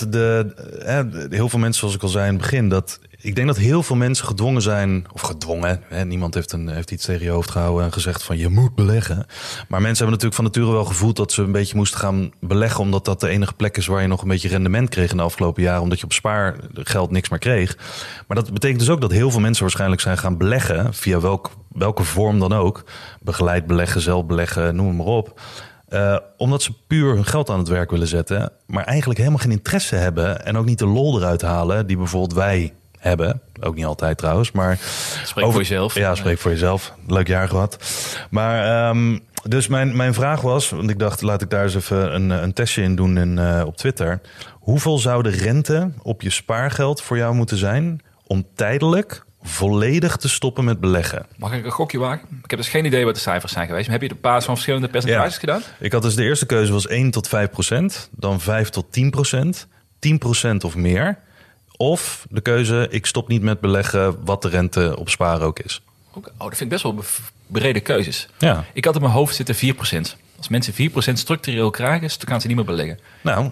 heel veel mensen, zoals ik al zei in het begin, ik denk dat heel veel mensen gedwongen zijn, of gedwongen, niemand heeft iets tegen je hoofd gehouden en gezegd van je moet beleggen. Maar mensen hebben natuurlijk van nature wel gevoeld dat ze een beetje moesten gaan beleggen, omdat dat de enige plek is waar je nog een beetje rendement kreeg in de afgelopen jaren, omdat je op spaargeld niks meer kreeg. Maar dat betekent dus ook dat heel veel mensen waarschijnlijk zijn gaan beleggen, via welke vorm dan ook, begeleid beleggen, zelf beleggen, noem het maar op. Omdat ze puur hun geld aan het werk willen zetten, maar eigenlijk helemaal geen interesse hebben en ook niet de lol eruit halen die bijvoorbeeld wij hebben. Ook niet altijd trouwens, maar... Spreek voor jezelf. Ja, spreek voor jezelf. Leuk jaar gehad. Maar dus mijn vraag was, want ik dacht laat ik daar eens even een testje in doen op Twitter. Hoeveel zou de rente op je spaargeld voor jou moeten zijn om tijdelijk volledig te stoppen met beleggen? Mag ik een gokje wagen? Ik heb dus geen idee wat de cijfers zijn geweest. Maar heb je op basis van verschillende percentages gedaan? Ik had dus de eerste keuze was 1 tot 5%, dan 5 tot 10%, 10% of meer. Of de keuze, ik stop niet met beleggen wat de rente op sparen ook is. Oh, dat vind ik best wel brede keuzes. Ja. Ik had in mijn hoofd zitten 4%. Als mensen 4% structureel krijgen, dan gaan ze niet meer beleggen. Nou,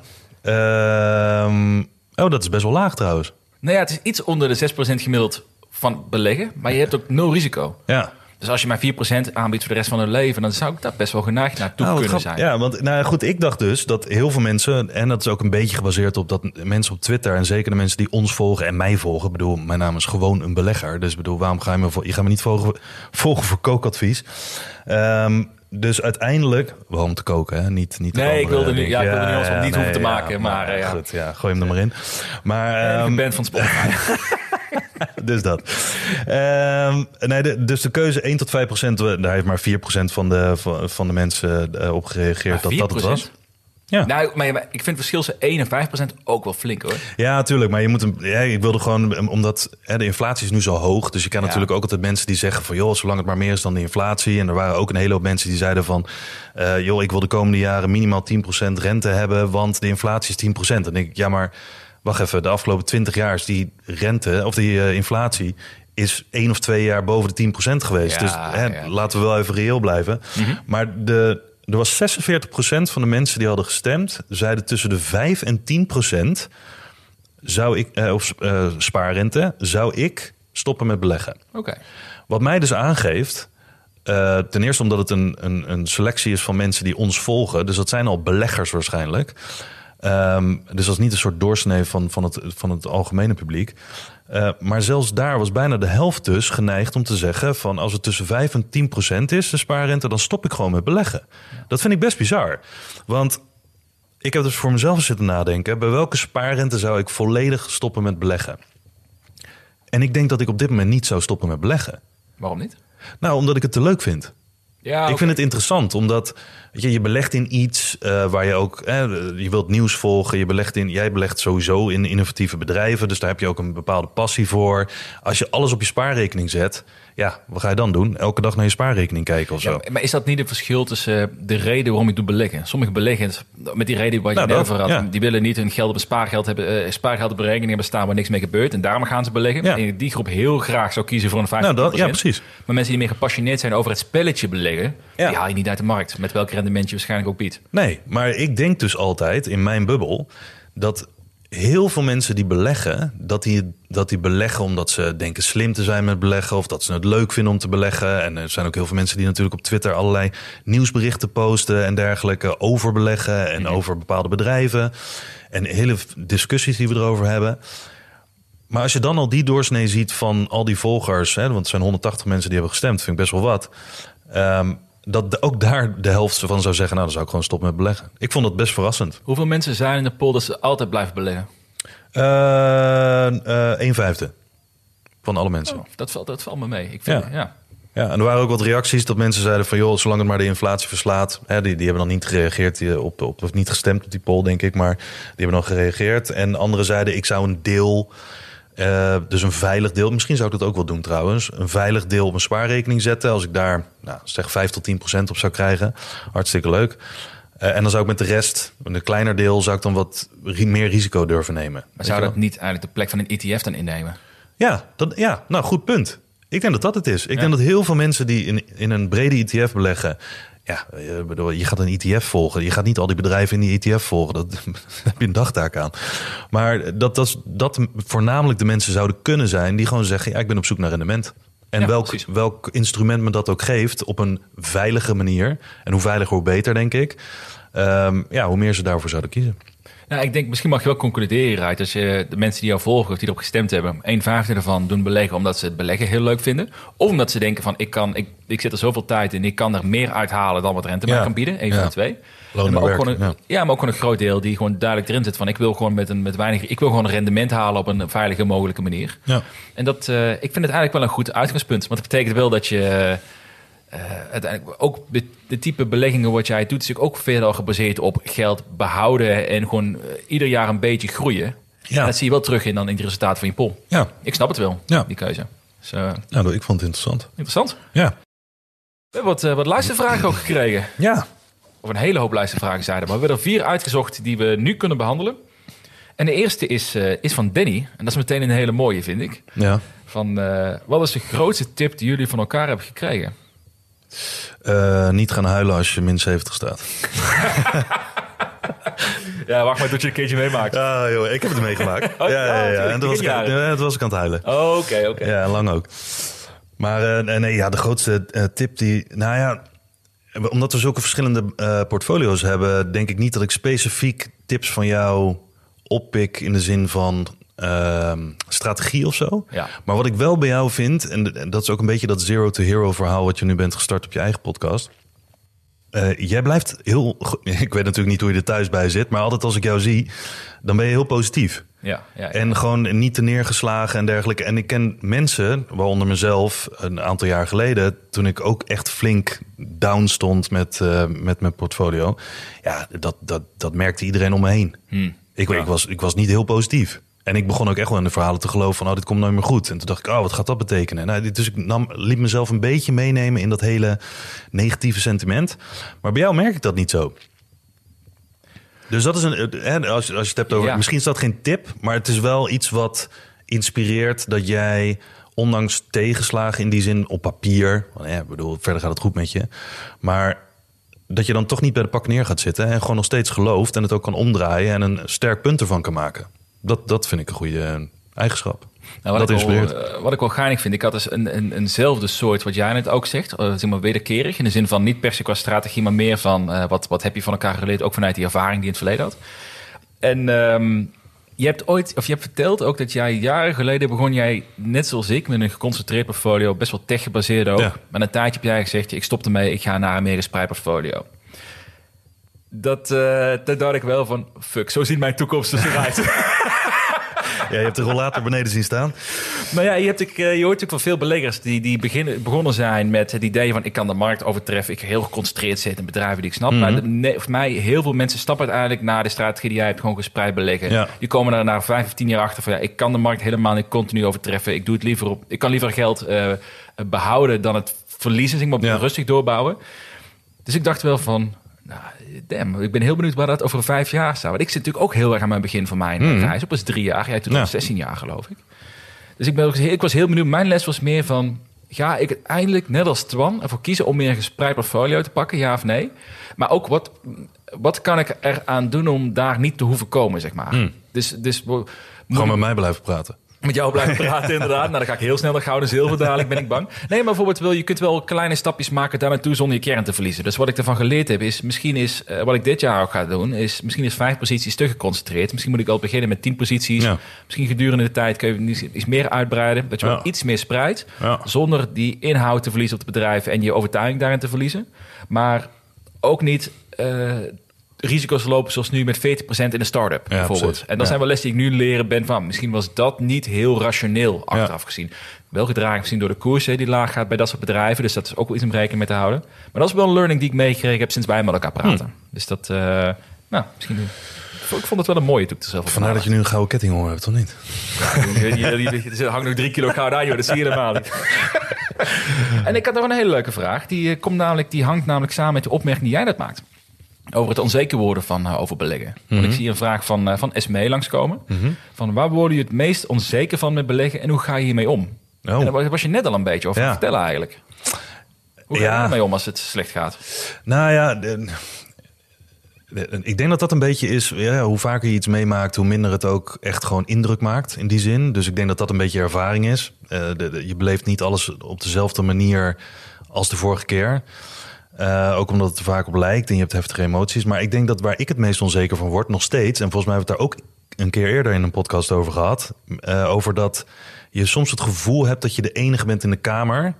dat is best wel laag trouwens. Nou ja, het is iets onder de 6% gemiddeld van beleggen. Maar je hebt ook 0 risico. Ja. Dus als je maar 4% aanbiedt voor de rest van hun leven, dan zou ik daar best wel geneigd naartoe kunnen zijn. Ja, want goed, ik dacht dus dat heel veel mensen, en dat is ook een beetje gebaseerd op dat mensen op Twitter, en zeker de mensen die ons volgen en mij volgen, ik bedoel, mijn naam is gewoon een belegger. Dus ik bedoel, waarom ga je me niet volgen voor kookadvies? Dus uiteindelijk, wel om te koken, hè? Niet nee, ik wilde nu ons niet hoeven te maken. Maar goed, gooi hem er maar in. Maar ik ben van Spotify. Dus dat. Dus de keuze 1 tot 5%, daar heeft maar 4% van de mensen op gereageerd dat het was. Ja. Nou, maar ik vind het verschil tussen 1 en 5% ook wel flink hoor. Ja, natuurlijk. Maar je moet ik wilde gewoon, omdat de inflatie is nu zo hoog. Dus je kan natuurlijk ook altijd mensen die zeggen van joh, zolang het maar meer is dan de inflatie. En er waren ook een hele hoop mensen die zeiden van joh, ik wil de komende jaren minimaal 10% rente hebben, want de inflatie is 10%. En dan denk ik, ja, maar wacht even, de afgelopen 20 jaar is die rente of die inflatie is 1 of 2 jaar boven de 10% geweest. Ja, dus laten we wel even reëel blijven. Mm-hmm. Maar er was 46% van de mensen die hadden gestemd, zeiden tussen de 5 en 10% zou ik, spaarrente, zou ik stoppen met beleggen. Okay. Wat mij dus aangeeft, ten eerste omdat het een selectie is van mensen die ons volgen, dus dat zijn al beleggers waarschijnlijk. Dus dat is niet een soort doorsnee van het algemene publiek. Maar zelfs daar was bijna de helft dus geneigd om te zeggen van als het tussen 5 en 10% is, de spaarrente, dan stop ik gewoon met beleggen. Ja. Dat vind ik best bizar. Want ik heb dus voor mezelf eens zitten nadenken, bij welke spaarrente zou ik volledig stoppen met beleggen? En ik denk dat ik op dit moment niet zou stoppen met beleggen. Waarom niet? Nou, omdat ik het te leuk vind. Ja, Ik vind het interessant, omdat je belegt in iets waar je ook... je wilt nieuws volgen, jij belegt sowieso in innovatieve bedrijven. Dus daar heb je ook een bepaalde passie voor. Als je alles op je spaarrekening zet, ja, wat ga je dan doen? Elke dag naar je spaarrekening kijken of zo? Ja, maar is dat niet een verschil tussen de reden waarom je doet beleggen? Sommige beleggers, met die reden wat je net over had, die willen niet hun geld op een spaargeld op een rekening hebben staan waar niks mee gebeurt. En daarom gaan ze beleggen. Ja. En die groep heel graag zou kiezen voor een 50%. Ja, precies. Maar mensen die meer gepassioneerd zijn over het spelletje beleggen, die haal je niet uit de markt. Met welk rendement je waarschijnlijk ook biedt. Nee, maar ik denk dus altijd in mijn bubbel dat heel veel mensen die beleggen, dat die beleggen omdat ze denken slim te zijn met beleggen of dat ze het leuk vinden om te beleggen. En er zijn ook heel veel mensen die natuurlijk op Twitter allerlei nieuwsberichten posten en dergelijke over beleggen en over bepaalde bedrijven. En hele discussies die we erover hebben. Maar als je dan al die doorsnee ziet van al die volgers, want het zijn 180 mensen die hebben gestemd, vind ik best wel wat. Dat ook daar de helft van zou zeggen, nou dan zou ik gewoon stoppen met beleggen. Ik vond dat best verrassend. Hoeveel mensen zijn in de poll dat ze altijd blijven beleggen? 1/5 van alle mensen. Oh, dat valt me mee. Ik vind, ja, en er waren ook wat reacties dat mensen zeiden van joh, zolang het maar de inflatie verslaat. Die hebben dan niet gereageerd of niet gestemd op die poll, denk ik, maar die hebben dan gereageerd. En anderen zeiden ik zou een deel, dus een veilig deel, misschien zou ik dat ook wel doen trouwens, een veilig deel op een spaarrekening zetten. Als ik daar zeg 5 tot 10% op zou krijgen, hartstikke leuk. En dan zou ik met de rest, een kleiner deel, zou ik dan wat meer risico durven nemen. Maar zou dat niet eigenlijk de plek van een ETF dan innemen? Ja, nou goed punt. Ik denk dat dat het is. Ik denk dat heel veel mensen die in een brede ETF beleggen, je gaat een ETF volgen. Je gaat niet al die bedrijven in die ETF volgen. Daar heb je een dagtaak aan. Maar dat voornamelijk de mensen zouden kunnen zijn die gewoon zeggen, ik ben op zoek naar rendement. En welk instrument me dat ook geeft op een veilige manier. En hoe veiliger, hoe beter, denk ik. Hoe meer ze daarvoor zouden kiezen. Nou, ik denk, misschien mag je wel concluderen uit als je de mensen die jou volgen of die erop gestemd hebben, 1/5 ervan doen beleggen omdat ze het beleggen heel leuk vinden. Of omdat ze denken van, ik zit er zoveel tijd in, ik kan er meer uithalen dan wat rente mij kan bieden. 1 van de 2. Maar ook gewoon een groot deel die gewoon duidelijk erin zit van, ik wil gewoon ik wil gewoon een rendement halen op een veilige mogelijke manier. Ja. En dat, ik vind het eigenlijk wel een goed uitgangspunt. Want dat betekent wel dat je uiteindelijk ook de type beleggingen wat jij doet, is ook veelal gebaseerd op geld behouden en gewoon ieder jaar een beetje groeien. Ja. En dat zie je wel terug in de resultaten van je poll. Ja. Ik snap het wel, die keuze. Dus, ik vond het interessant. Interessant? Ja. We hebben wat luistervragen ook gekregen. Ja. Of een hele hoop luistervragen zeiden, maar we hebben er 4 uitgezocht die we nu kunnen behandelen. En de eerste is van Danny. En dat is meteen een hele mooie, vind ik. Ja. Van, wat is de grootste tip die jullie van elkaar hebben gekregen? Niet gaan huilen als je min 70 staat. Ja, wacht maar tot je een keertje meemaakt. Ah, joh, ik heb het meegemaakt. Ja. En toen was ik aan het huilen. Oké. Ja, lang ook. Maar de grootste tip die... Nou ja, omdat we zulke verschillende portfolio's hebben, denk ik niet dat ik specifiek tips van jou oppik in de zin van strategie of zo. Ja. Maar wat ik wel bij jou vind, en dat is ook een beetje dat zero to hero verhaal wat je nu bent gestart op je eigen podcast. Jij blijft heel... Ik weet natuurlijk niet hoe je er thuis bij zit, maar altijd als ik jou zie, dan ben je heel positief. Ja. En gewoon niet te neergeslagen en dergelijke. En ik ken mensen, waaronder mezelf, een aantal jaar geleden, toen ik ook echt flink down stond met mijn portfolio. Ja, dat merkte iedereen om me heen. Ik was niet heel positief. En ik begon ook echt wel in de verhalen te geloven van, dit komt nooit meer goed. En toen dacht ik, wat gaat dat betekenen? Nou, dus ik liet mezelf een beetje meenemen in dat hele negatieve sentiment. Maar bij jou merk ik dat niet zo. Dus dat is als je het hebt over... Ja. Misschien is dat geen tip, maar het is wel iets wat inspireert dat jij, ondanks tegenslagen in die zin op papier, verder gaat het goed met je, maar dat je dan toch niet bij de pak neer gaat zitten en gewoon nog steeds gelooft en het ook kan omdraaien en een sterk punt ervan kan maken. Dat vind ik een goede eigenschap. Nou, wat ik wel geinig vind, ik had dus eenzelfde soort wat jij net ook zegt, zeg maar wederkerig, in de zin van niet per se qua strategie, maar meer van wat heb je van elkaar geleerd, ook vanuit die ervaring die je in het verleden had. En je hebt verteld ook dat jij jaren geleden begon jij, net zoals ik, met een geconcentreerd portfolio, best wel tech gebaseerd ook. Ja. Maar een tijdje heb jij gezegd, ik stop ermee, ik ga naar een meer gespreid portfolio. Dat dacht ik wel van, fuck, zo ziet mijn toekomst eruit. Ja, je hebt de rollator beneden zien staan. Maar ja, je hoort natuurlijk van veel beleggers die begonnen zijn met het idee van, ik kan de markt overtreffen, ik ga heel geconcentreerd zitten in bedrijven die ik snap. Maar voor mij, heel veel mensen stappen uiteindelijk naar de strategie die jij hebt, gewoon gespreid beleggen. Ja. Die komen er na 5 of 10 jaar achter van, ja, ik kan de markt helemaal niet continu overtreffen. Ik doe het liever ik kan liever geld behouden dan het verliezen, zeg maar, rustig doorbouwen. Dus ik dacht wel van, nou, damn, ik ben heel benieuwd waar dat over 5 jaar staat. Want ik zit natuurlijk ook heel erg aan mijn begin van mijn reis. Op was 3 jaar, jij toen al 16 jaar, geloof ik. Dus ik was heel benieuwd. Mijn les was meer van, ga ik uiteindelijk, net als Twan, ervoor kiezen om meer een gespreid portfolio te pakken, ja of nee? Maar ook, wat kan ik eraan doen om daar niet te hoeven komen, zeg maar? Dus Gewoon met mij blijven praten. Met jou blijven praten, inderdaad. Nou, dan ga ik heel snel naar gouden zilver dadelijk, ben ik bang. Nee, maar bijvoorbeeld, je kunt wel kleine stapjes maken daar naartoe zonder je kern te verliezen. Dus wat ik ervan geleerd heb, is wat ik dit jaar ook ga doen, is misschien is 5 posities te geconcentreerd. Misschien moet ik al beginnen met 10 posities. Ja. Misschien gedurende de tijd kun je iets meer uitbreiden. Dat je wel iets meer spreidt, zonder die inhoud te verliezen op het bedrijf en je overtuiging daarin te verliezen. Maar ook niet risico's lopen zoals nu met 40% in een start-up, bijvoorbeeld. Precies. En dat zijn wel lessen die ik nu leren ben van, misschien was dat niet heel rationeel achteraf gezien. Wel gedragen misschien door de koers die laag gaat bij dat soort bedrijven. Dus dat is ook wel iets om rekening mee te houden. Maar dat is wel een learning die ik meegekregen heb sinds wij met elkaar praten. Dus dat, misschien... Ik vond het wel een mooie toen ik er zelf. Vandaar dat je nu een gouden ketting om hebt, toch niet? Er hangt nog 3 kilo goud aan, joh. Dat zie je helemaal niet. En ik had nog een hele leuke vraag. Die hangt namelijk samen met de opmerking die jij net maakt. Over het onzeker worden van over beleggen. Want ik zie een vraag van Esmee langskomen. Van waar worden je het meest onzeker van met beleggen en hoe ga je hiermee om? En daar was je net al een beetje over vertellen eigenlijk. Hoe ga je ermee om als het slecht gaat? Nou ja, ik denk dat dat een beetje is, hoe vaker je iets meemaakt, hoe minder het ook echt gewoon indruk maakt in die zin. Dus ik denk dat dat een beetje ervaring is. Je beleeft niet alles op dezelfde manier als de vorige keer. Ook omdat het er vaak op lijkt en je hebt heftige emoties. Maar ik denk dat waar ik het meest onzeker van word, nog steeds, en volgens mij hebben we het daar ook een keer eerder in een podcast over gehad, over dat je soms het gevoel hebt dat je de enige bent in de kamer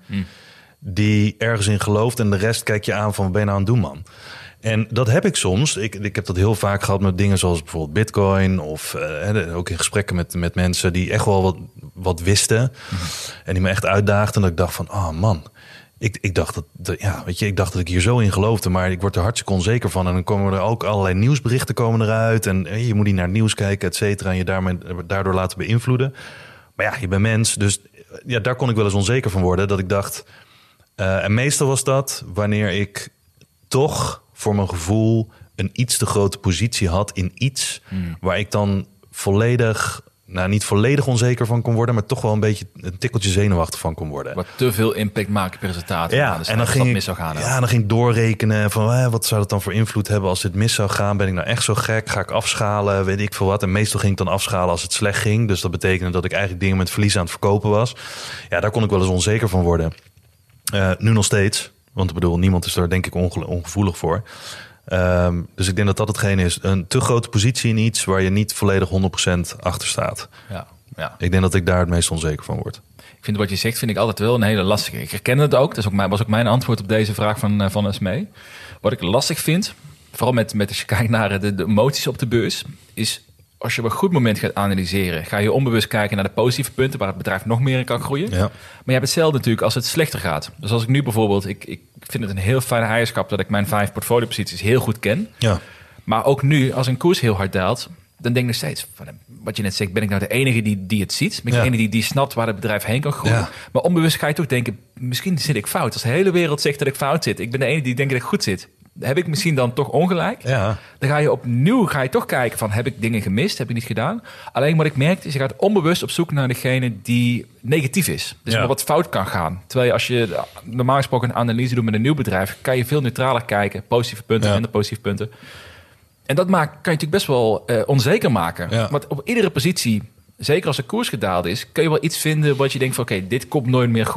die ergens in gelooft en de rest kijkt je aan van, wat ben je nou aan het doen, man? En dat heb ik soms. Ik heb dat heel vaak gehad met dingen zoals bijvoorbeeld Bitcoin. Of ook in gesprekken met mensen die echt wel wat wisten. En die me echt uitdaagden. En dat ik dacht van, oh man. Ik dacht dat ik hier zo in geloofde. Maar ik word er hartstikke onzeker van. En dan komen er ook allerlei nieuwsberichten komen eruit. En je moet niet naar het nieuws kijken, et cetera. En je daardoor laten beïnvloeden. Maar ja, je bent mens. Dus ja, daar kon ik wel eens onzeker van worden. Dat ik dacht... en meestal was dat wanneer ik toch voor mijn gevoel een iets te grote positie had in iets waar ik dan volledig, niet volledig onzeker van kon worden, maar toch wel een beetje een tikkeltje zenuwachtig van kon worden. Wat te veel impact maakt op resultaten. Ja, en dan ging ik doorrekenen van wat zou dat dan voor invloed hebben als dit mis zou gaan? Ben ik nou echt zo gek? Ga ik afschalen? Weet ik veel wat. En meestal ging ik dan afschalen als het slecht ging. Dus dat betekende dat ik eigenlijk dingen met verlies aan het verkopen was. Ja, daar kon ik wel eens onzeker van worden. Nu nog steeds. Want ik bedoel, niemand is daar denk ik ongevoelig voor. Dus ik denk dat dat hetgeen is. Een te grote positie in iets waar je niet volledig 100% achter staat. Ja. Ik denk dat ik daar het meest onzeker van word. Ik vind wat je zegt, vind ik altijd wel een hele lastige. Ik herken het ook. Dat was ook mijn antwoord op deze vraag van Esmee. Wat ik lastig vind, vooral met als je kijkt naar de emoties op de beurs, is als je op een goed moment gaat analyseren, ga je onbewust kijken naar de positieve punten waar het bedrijf nog meer in kan groeien. Ja. Maar je hebt hetzelfde natuurlijk als het slechter gaat. Dus als ik nu bijvoorbeeld, ik vind het een heel fijne eigenschap dat ik mijn 5 portfolioposities heel goed ken. Ja. Maar ook nu, als een koers heel hard daalt, dan denk ik nog steeds, wat je net zegt, ben ik nou de enige die het ziet? Ben ik de enige die snapt waar het bedrijf heen kan groeien? Ja. Maar onbewust ga je toch denken, misschien zit ik fout. Als de hele wereld zegt dat ik fout zit, ik ben de enige die denkt dat ik goed zit. Heb ik misschien dan toch ongelijk? Ja. Dan ga je opnieuw toch kijken van, heb ik dingen gemist? Heb ik niet gedaan? Alleen wat ik merk is, je gaat onbewust op zoek naar degene die negatief is. Dus wat fout kan gaan. Terwijl als je normaal gesproken een analyse doet met een nieuw bedrijf, kan je veel neutraler kijken. Positieve punten, minder positieve punten. En dat kan je natuurlijk best wel onzeker maken. Ja. Want op iedere positie, zeker als de koers gedaald is, kun je wel iets vinden wat je denkt van, oké, dit komt nooit meer goed.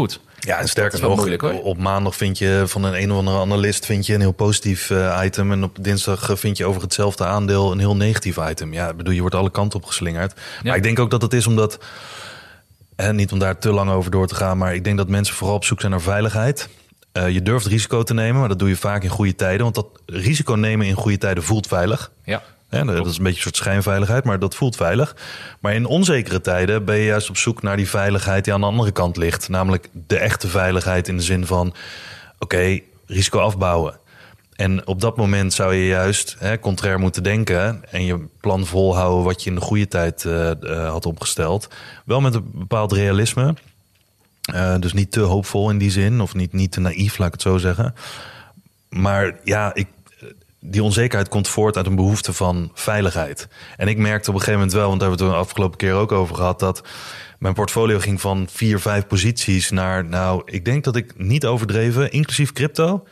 Ja, en sterker wel nog, moeilijk, hoor. op maandag vind je van een of andere analist een heel positief item. En op dinsdag vind je over hetzelfde aandeel een heel negatief item. Ja, ik bedoel, je wordt alle kanten op geslingerd. Ja. Maar ik denk ook dat het is omdat, niet om daar te lang over door te gaan, maar ik denk dat mensen vooral op zoek zijn naar veiligheid. Je durft risico te nemen, maar dat doe je vaak in goede tijden. Want dat risico nemen in goede tijden voelt veilig. Ja. Ja, dat is een beetje een soort schijnveiligheid, maar dat voelt veilig. Maar in onzekere tijden ben je juist op zoek naar die veiligheid die aan de andere kant ligt. Namelijk de echte veiligheid in de zin van, oké, risico afbouwen. En op dat moment zou je juist contrair moeten denken en je plan volhouden wat je in de goede tijd had opgesteld. Wel met een bepaald realisme. Dus niet te hoopvol in die zin, of niet te naïef, laat ik het zo zeggen. Maar ja, die onzekerheid komt voort uit een behoefte van veiligheid. En ik merkte op een gegeven moment wel, want daar hebben we het de afgelopen keer ook over gehad, dat mijn portfolio ging van 4-5 posities naar, nou, ik denk dat ik niet overdreven, inclusief crypto,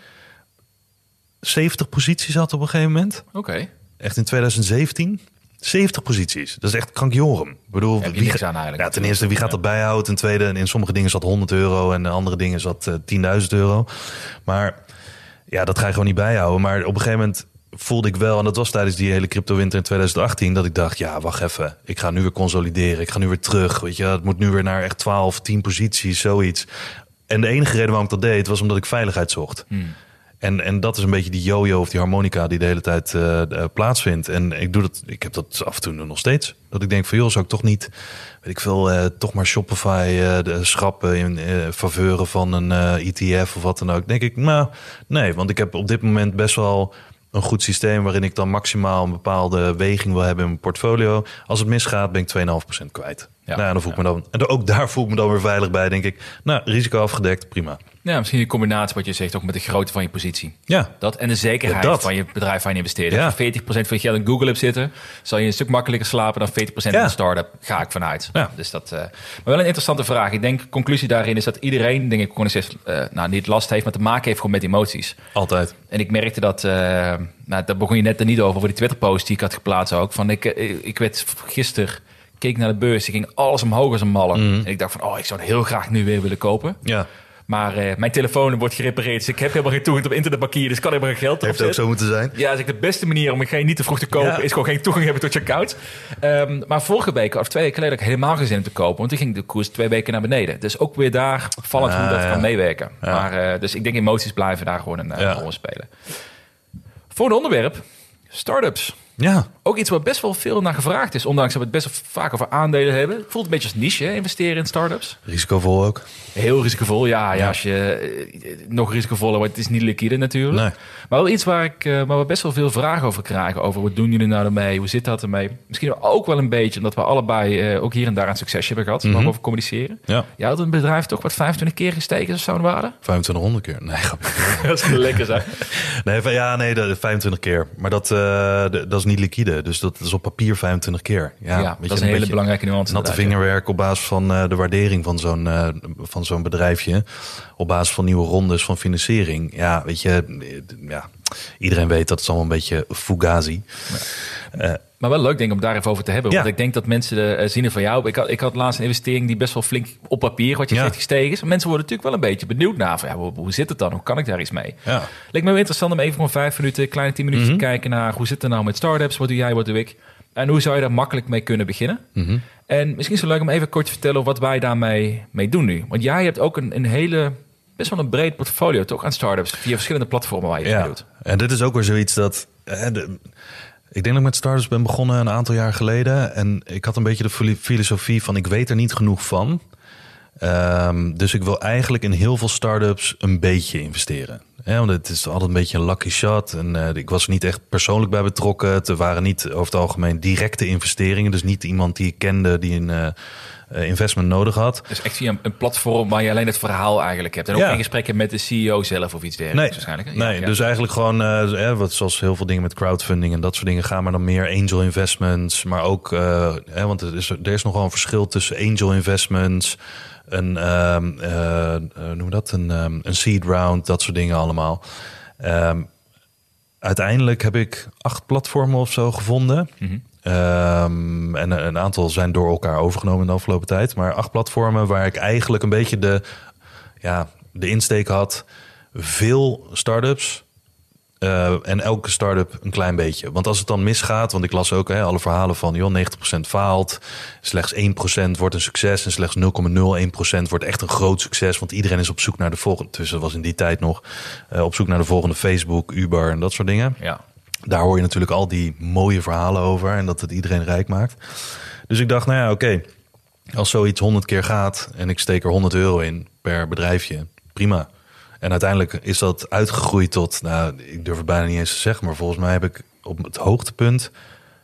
70 posities had op een gegeven moment. Oké. Echt in 2017. 70 posities. Dat is echt krankjorum. Ik bedoel, Heb je niks aan eigenlijk. Ja, ten eerste, wie gaat dat bijhouden? Ten tweede, in sommige dingen zat €100 en in andere dingen zat €10.000. Maar ja, dat ga je gewoon niet bijhouden. Maar op een gegeven moment voelde ik wel, en dat was tijdens die hele cryptowinter in 2018, dat ik dacht, ja, wacht even. Ik ga nu weer consolideren. Ik ga nu weer terug. Weet je, het moet nu weer naar echt 12, 10 posities, zoiets. En de enige reden waarom ik dat deed, was omdat ik veiligheid zocht. En dat is een beetje die yo-yo of die harmonica die de hele tijd plaatsvindt. En ik heb dat af en toe nog steeds. Dat ik denk van, joh, zou ik toch niet, weet ik veel, toch maar Shopify schrappen in faveuren van een ETF of wat dan ook. Denk ik, nou, nee, want ik heb op dit moment best wel een goed systeem waarin ik dan maximaal een bepaalde weging wil hebben in mijn portfolio. Als het misgaat, ben ik 2,5% kwijt. Ja. Nou, dan voel ik me dan, en ook daar voel ik me dan weer veilig bij, denk ik. Nou, risico afgedekt, prima. Ja, misschien een combinatie wat je zegt ook met de grootte van je positie. Ja. Dat en de zekerheid Ja, dat. van je bedrijf waar je investeert. Ja. Als je 40% van je geld in Google hebt zitten, zal je een stuk makkelijker slapen dan 40% in een start-up. Ga ik vanuit. Ja. Dus dat, maar wel een interessante vraag. Ik denk, conclusie daarin is dat iedereen, denk ik, gewoon eens niet last heeft, maar te maken heeft gewoon met emoties. Altijd. En ik merkte dat, daar begon je net er niet over die Twitter-post die ik had geplaatst ook. Van ik werd gisteren, keek naar de beurs, ik ging alles omhoog als een malle. En ik dacht van, ik zou het heel graag nu weer willen kopen. Ja. Maar mijn telefoon wordt gerepareerd, dus ik heb helemaal geen toegang tot internetbankier, dus ik kan helemaal geen geld erop Heeft ook zo moeten zijn. Ja, dus de beste manier om niet te vroeg te kopen is gewoon geen toegang hebben tot je account. Maar vorige week, of 2 weken geleden, had ik helemaal geen zin om te kopen, want toen ging de koers 2 weken naar beneden. Dus ook weer daar opvallend hoe dat kan meewerken. Ja. Maar, dus ik denk emoties blijven daar gewoon een rol spelen. Volgende onderwerp, startups. Ja. Ook iets waar best wel veel naar gevraagd is, ondanks dat we het best wel vaak over aandelen hebben. Het voelt een beetje als niche, hè, investeren in startups. Risicovol ook. Heel risicovol, ja. Als je nog risicovoller wordt, het is niet liquide natuurlijk. Nee. Maar wel iets waar we best wel veel vragen over krijgen. Over wat doen jullie nou ermee? Hoe zit dat ermee? Misschien ook wel een beetje omdat we allebei ook hier en daar een succesje hebben gehad. Waar we over communiceren. Ja. Jij had een bedrijf toch wat 25 keer gestegen, is zo de waarde? 2500 keer. Nee, Dat is lekker zeg. Nee, 25 keer. Maar dat is niet liquide. Dus dat is op papier 25 keer. Ja, Dat is een hele belangrijke nuance. Natte vingerwerk op basis van de waardering van zo'n bedrijfje. Op basis van nieuwe rondes van financiering. Ja, weet je, iedereen weet dat het allemaal een beetje fugazi. Ja. Maar wel leuk denk ik om daar even over te hebben. Ja. Want ik denk dat mensen zien er van jou. Ik had laatst een investering die best wel flink op papier, wat je zegt, gestegen is. Maar mensen worden natuurlijk wel een beetje benieuwd naar. Van, hoe zit het dan? Hoe kan ik daar iets mee? Ja. Leek me wel interessant om even gewoon 5 minuten, kleine 10 minuutjes te kijken naar hoe zit het nou met startups? Wat doe jij, wat doe ik? En hoe zou je daar makkelijk mee kunnen beginnen? En misschien is het leuk om even kort te vertellen wat wij daarmee doen nu. Want jij hebt ook een hele, best wel een breed portfolio toch aan startups via verschillende platformen waar je het mee doet. En dit is ook weer zoiets dat... Ik denk dat ik met startups ben begonnen een aantal jaar geleden. En ik had een beetje de filosofie van, ik weet er niet genoeg van. Dus ik wil eigenlijk in heel veel startups een beetje investeren. Want het is altijd een beetje een lucky shot. En ik was er niet echt persoonlijk bij betrokken. Het waren niet over het algemeen directe investeringen. Dus niet iemand die ik kende die een investment nodig had. Dus echt via een platform waar je alleen het verhaal eigenlijk hebt. En ook geen gesprekken met de CEO zelf of iets dergelijks waarschijnlijk. Nee, dus eigenlijk gewoon, wat zoals heel veel dingen met crowdfunding en dat soort dingen gaan, maar dan meer angel investments. Maar ook, want er is nogal een verschil tussen angel investments, noem dat, een seed round, dat soort dingen allemaal. Uiteindelijk heb ik 8 platformen of zo gevonden. En een aantal zijn door elkaar overgenomen in de afgelopen tijd. Maar 8 platformen waar ik eigenlijk een beetje de insteek had veel start-ups. En elke start-up een klein beetje. Want als het dan misgaat, want ik las ook alle verhalen van 90% faalt, slechts 1% wordt een succes en slechts 0,01% wordt echt een groot succes, want iedereen is op zoek naar de volgende. Dus dat was in die tijd nog op zoek naar de volgende Facebook, Uber en dat soort dingen. Ja. Daar hoor je natuurlijk al die mooie verhalen over en dat het iedereen rijk maakt. Dus ik dacht, oké, als zoiets 100 keer gaat en ik steek er €100 in per bedrijfje, prima. En uiteindelijk is dat uitgegroeid tot, ik durf het bijna niet eens te zeggen, maar volgens mij heb ik op het hoogtepunt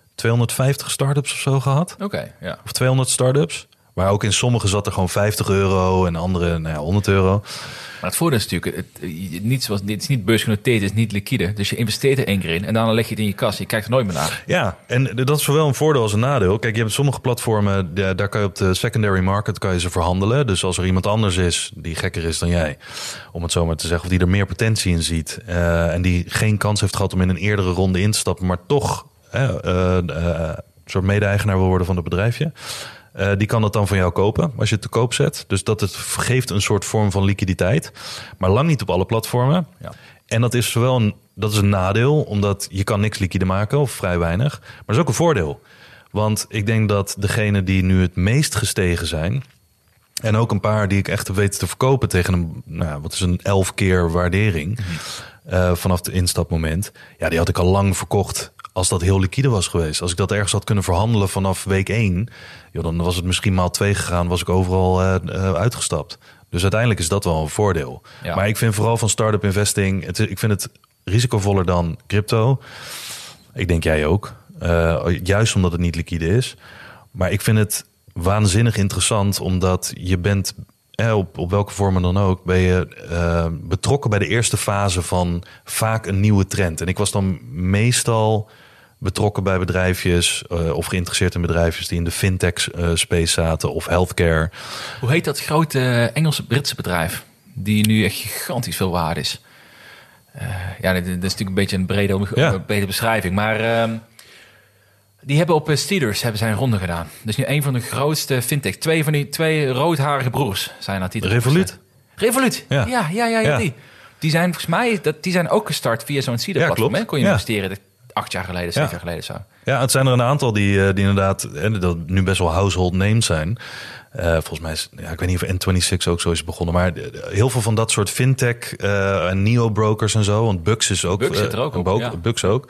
250 start-ups of zo gehad. Oké, ja. Of 200 start-ups. Maar ook in sommige zat er gewoon €50 en andere €100. Maar het voordeel is natuurlijk, het is niet beursgenoteerd, het is niet liquide. Dus je investeert er 1 keer in en dan leg je het in je kas. Je kijkt er nooit meer naar. Ja, en dat is zowel een voordeel als een nadeel. Kijk, je hebt sommige platformen, daar kan je op de secondary market kan je ze verhandelen. Dus als er iemand anders is die gekker is dan jij, om het zo maar te zeggen, of die er meer potentie in ziet en die geen kans heeft gehad om in een eerdere ronde in te stappen, maar toch een soort mede-eigenaar wil worden van het bedrijfje. Die kan dat dan van jou kopen als je het te koop zet. Dus het geeft een soort vorm van liquiditeit. Maar lang niet op alle platformen. Ja. En dat is dat is een nadeel, omdat je kan niks liquide maken of vrij weinig. Maar dat is ook een voordeel. Want ik denk dat degenen die nu het meest gestegen zijn, en ook een paar die ik echt heb weten te verkopen tegen een 11 keer waardering vanaf het instapmoment. Ja, die had ik al lang verkocht als dat heel liquide was geweest. Als ik dat ergens had kunnen verhandelen vanaf week 1... dan was het misschien maal 2 gegaan, was ik overal uitgestapt. Dus uiteindelijk is dat wel een voordeel. Ja. Maar ik vind vooral van start-up investing, ik vind het risicovoller dan crypto. Ik denk jij ook. Juist omdat het niet liquide is. Maar ik vind het waanzinnig interessant, omdat je bent, op welke vormen dan ook, ben je betrokken bij de eerste fase van vaak een nieuwe trend. En ik was dan meestal betrokken bij bedrijfjes of geïnteresseerd in bedrijfjes die in de fintech space zaten of healthcare. Hoe heet dat grote Engelse-Britse bedrijf die nu echt gigantisch veel waard is? Dat is natuurlijk een beetje een brede beschrijving, maar die hebben op Steelers een ronde gedaan. Dus nu een van de grootste fintech. Twee roodharige broers zijn dat. Revolut. Ja. Die zijn volgens mij die zijn ook gestart via zo'n Seeder-platform. Ja, kon je investeren 8 jaar geleden, 7 jaar geleden zo. Ja, het zijn er een aantal die inderdaad dat nu best wel household names zijn. Volgens mij is, ik weet niet of N26 ook zo is begonnen, maar heel veel van dat soort fintech en neo-brokers en zo, want Bux is ook. Bux zit er ook op, Bux ook.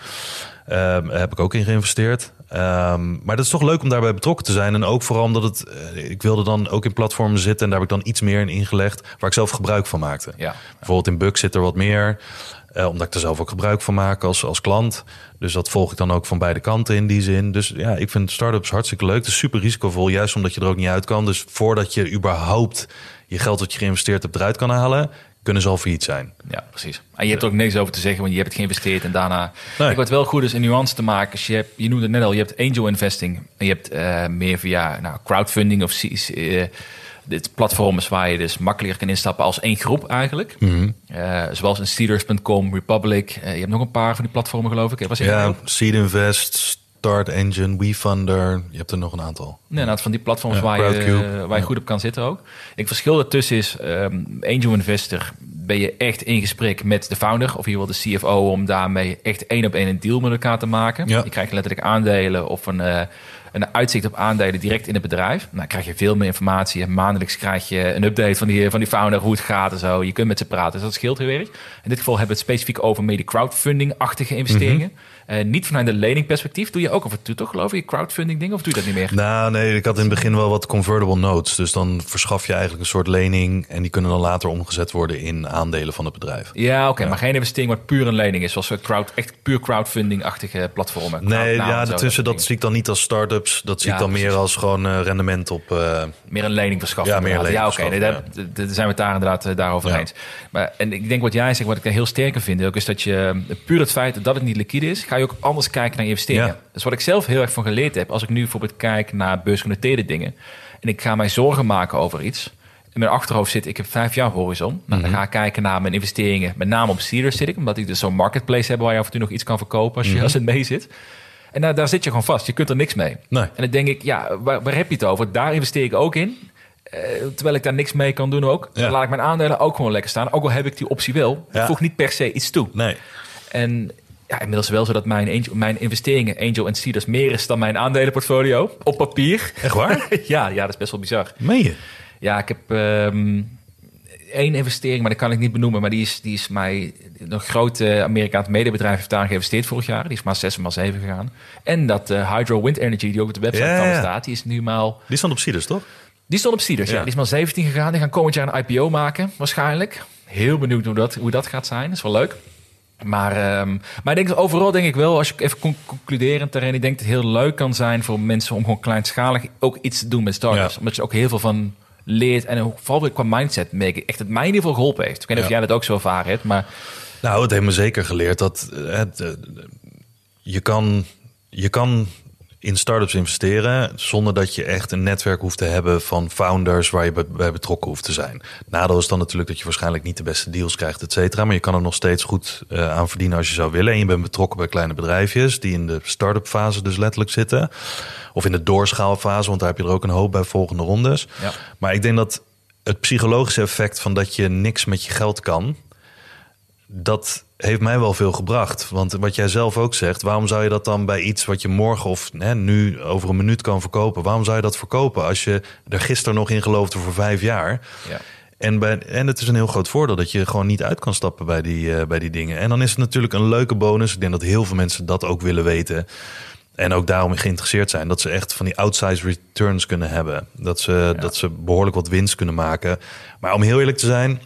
Heb ik ook in geïnvesteerd. Maar dat is toch leuk om daarbij betrokken te zijn. En ook vooral omdat ik wilde dan ook in platformen zitten en daar heb ik dan iets meer in ingelegd waar ik zelf gebruik van maakte. Ja. Bijvoorbeeld in Bux zit er wat meer, omdat ik er zelf ook gebruik van maak als klant. Dus dat volg ik dan ook van beide kanten in die zin. Dus ja, ik vind startups hartstikke leuk. Het is super risicovol, juist omdat je er ook niet uit kan. Dus voordat je überhaupt je geld dat je geïnvesteerd hebt eruit kan halen, kunnen ze al failliet zijn. Ja, precies. En je hebt er ook niks over te zeggen, want je hebt het geïnvesteerd en daarna. Nee. Wat wel goed is een nuance te maken. Je noemde het net al, je hebt angel investing en je hebt meer via crowdfunding of dit platforms waar je dus makkelijker kan instappen als één groep eigenlijk. Mm-hmm. Zoals in Steelers.com, Republic. Je hebt nog een paar van die platformen, geloof ik. Seed Invest, Start Engine, WeFunder. Je hebt er nog een aantal. Nee, van die platforms waar je goed op kan zitten ook. Het verschil ertussen is, angel investor ben je echt in gesprek met de founder of hier wel de CFO om daarmee echt 1-op-1 een deal met elkaar te maken. Ja. Je krijgt letterlijk aandelen of een uitzicht op aandelen direct in het bedrijf. Nou, krijg je veel meer informatie. En maandelijks krijg je een update van die founder, hoe het gaat en zo. Je kunt met ze praten, dus dat scheelt heel erg. In dit geval hebben we het specifiek over mede crowdfunding-achtige investeringen. Mm-hmm. Niet vanuit een leningperspectief. Doe je ook af en toe toch, geloof je, crowdfunding dingen? Of doe je dat niet meer? Nou, nee, ik had in het begin wel wat convertible notes. Dus dan verschaf je eigenlijk een soort lening en die kunnen dan later omgezet worden in aandelen van het bedrijf. Ja, oké, maar geen investering wat puur een lening is. Zoals echt puur crowdfunding-achtige platformen. Nee, daartussen dat zie ik dan niet als start-ups. Dat zie ik dan meer als gewoon rendement op. Meer een lening verschaffen. Ja, meer lening verschaffen. Daar zijn we het daar inderdaad daarover eens. Maar, en ik denk wat jij zegt, wat ik heel sterker vind ook, is dat je puur het feit dat het niet liquide is, ga je ook anders kijken naar je investeringen. Ja. Dus wat ik zelf heel erg van geleerd heb, als ik nu bijvoorbeeld kijk naar beursgenoteerde dingen en ik ga mij zorgen maken over iets. In mijn achterhoofd zit, ik heb 5 jaar horizon. Nou, dan ga ik kijken naar mijn investeringen, met name op Seeders zit ik, omdat ik dus zo'n marketplace heb waar je af en toe nog iets kan verkopen als het mee zit. En daar zit je gewoon vast. Je kunt er niks mee. Nee. En dan denk ik, waar heb je het over? Daar investeer ik ook in. Terwijl ik daar niks mee kan doen ook. Ja. Dan laat ik mijn aandelen ook gewoon lekker staan. Ook al heb ik die optie wel. Ja. Ik voeg niet per se iets toe. Nee. En inmiddels wel zo dat mijn investeringen Angel en Cedars meer is dan mijn aandelenportfolio. Op papier. Echt waar? ja, dat is best wel bizar. Meen je? Ja, ik heb 1 investering, maar dat kan ik niet benoemen. Maar die is mij... Een grote Amerikaans medebedrijf heeft daar geïnvesteerd vorig jaar. Die is maar 6 maar 7 gegaan. En dat Hydro Wind Energy, die ook op de website van staat, die is nu maal... Die stond op Cedars, toch? Die stond op Cedars, ja. Die is maar 17 gegaan. Die gaan komend jaar een IPO maken, waarschijnlijk. Heel benieuwd hoe dat gaat zijn. Dat is wel leuk. Maar ik denk, overal denk ik wel, als je even concluderend daarin, ik denk dat het heel leuk kan zijn voor mensen om gewoon kleinschalig ook iets te doen met startups. Ja. Omdat je ook heel veel van leert. En vooral qua mindset merk ik echt dat mij in ieder geval geholpen heeft. Ik weet niet of jij dat ook zo ervaren hebt, maar... Nou, het heeft me zeker geleerd dat je kan in startups investeren zonder dat je echt een netwerk hoeft te hebben van founders waar je bij betrokken hoeft te zijn. Nadeel is dan natuurlijk dat je waarschijnlijk niet de beste deals krijgt, et cetera. Maar je kan er nog steeds goed aan verdienen als je zou willen. En je bent betrokken bij kleine bedrijfjes die in de start-up fase dus letterlijk zitten. Of in de doorschaalfase, want daar heb je er ook een hoop bij volgende rondes. Ja. Maar ik denk dat het psychologische effect van dat je niks met je geld kan, dat heeft mij wel veel gebracht. Want wat jij zelf ook zegt, waarom zou je dat dan bij iets wat je morgen of nu over een minuut kan verkopen? Waarom zou je dat verkopen als je er gisteren nog in geloofde voor 5 jaar? Ja. En het is een heel groot voordeel dat je gewoon niet uit kan stappen bij die dingen. En dan is het natuurlijk een leuke bonus. Ik denk dat heel veel mensen dat ook willen weten. En ook daarom geïnteresseerd zijn. Dat ze echt van die outsized returns kunnen hebben. Dat ze behoorlijk wat winst kunnen maken. Maar om heel eerlijk te zijn,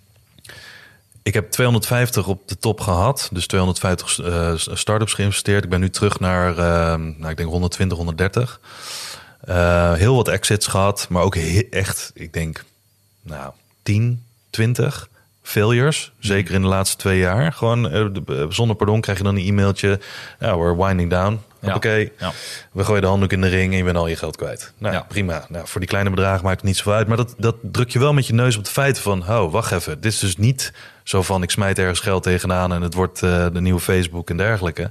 ik heb 250 op de top gehad. Dus 250 startups geïnvesteerd. Ik ben nu terug naar, ik denk 120, 130. Heel wat exits gehad. Maar ook echt, ik denk, 10, 20 failures. Zeker in de laatste 2 jaar. Gewoon zonder pardon krijg je dan een e-mailtje. We're winding down. Oké, we gooien de handdoek in de ring en je bent al je geld kwijt. Prima. Voor die kleine bedragen maakt het niet zoveel uit. Maar dat druk je wel met je neus op de feiten van, wacht even. Dit is dus niet zo van, ik smijt ergens geld tegenaan en het wordt de nieuwe Facebook en dergelijke.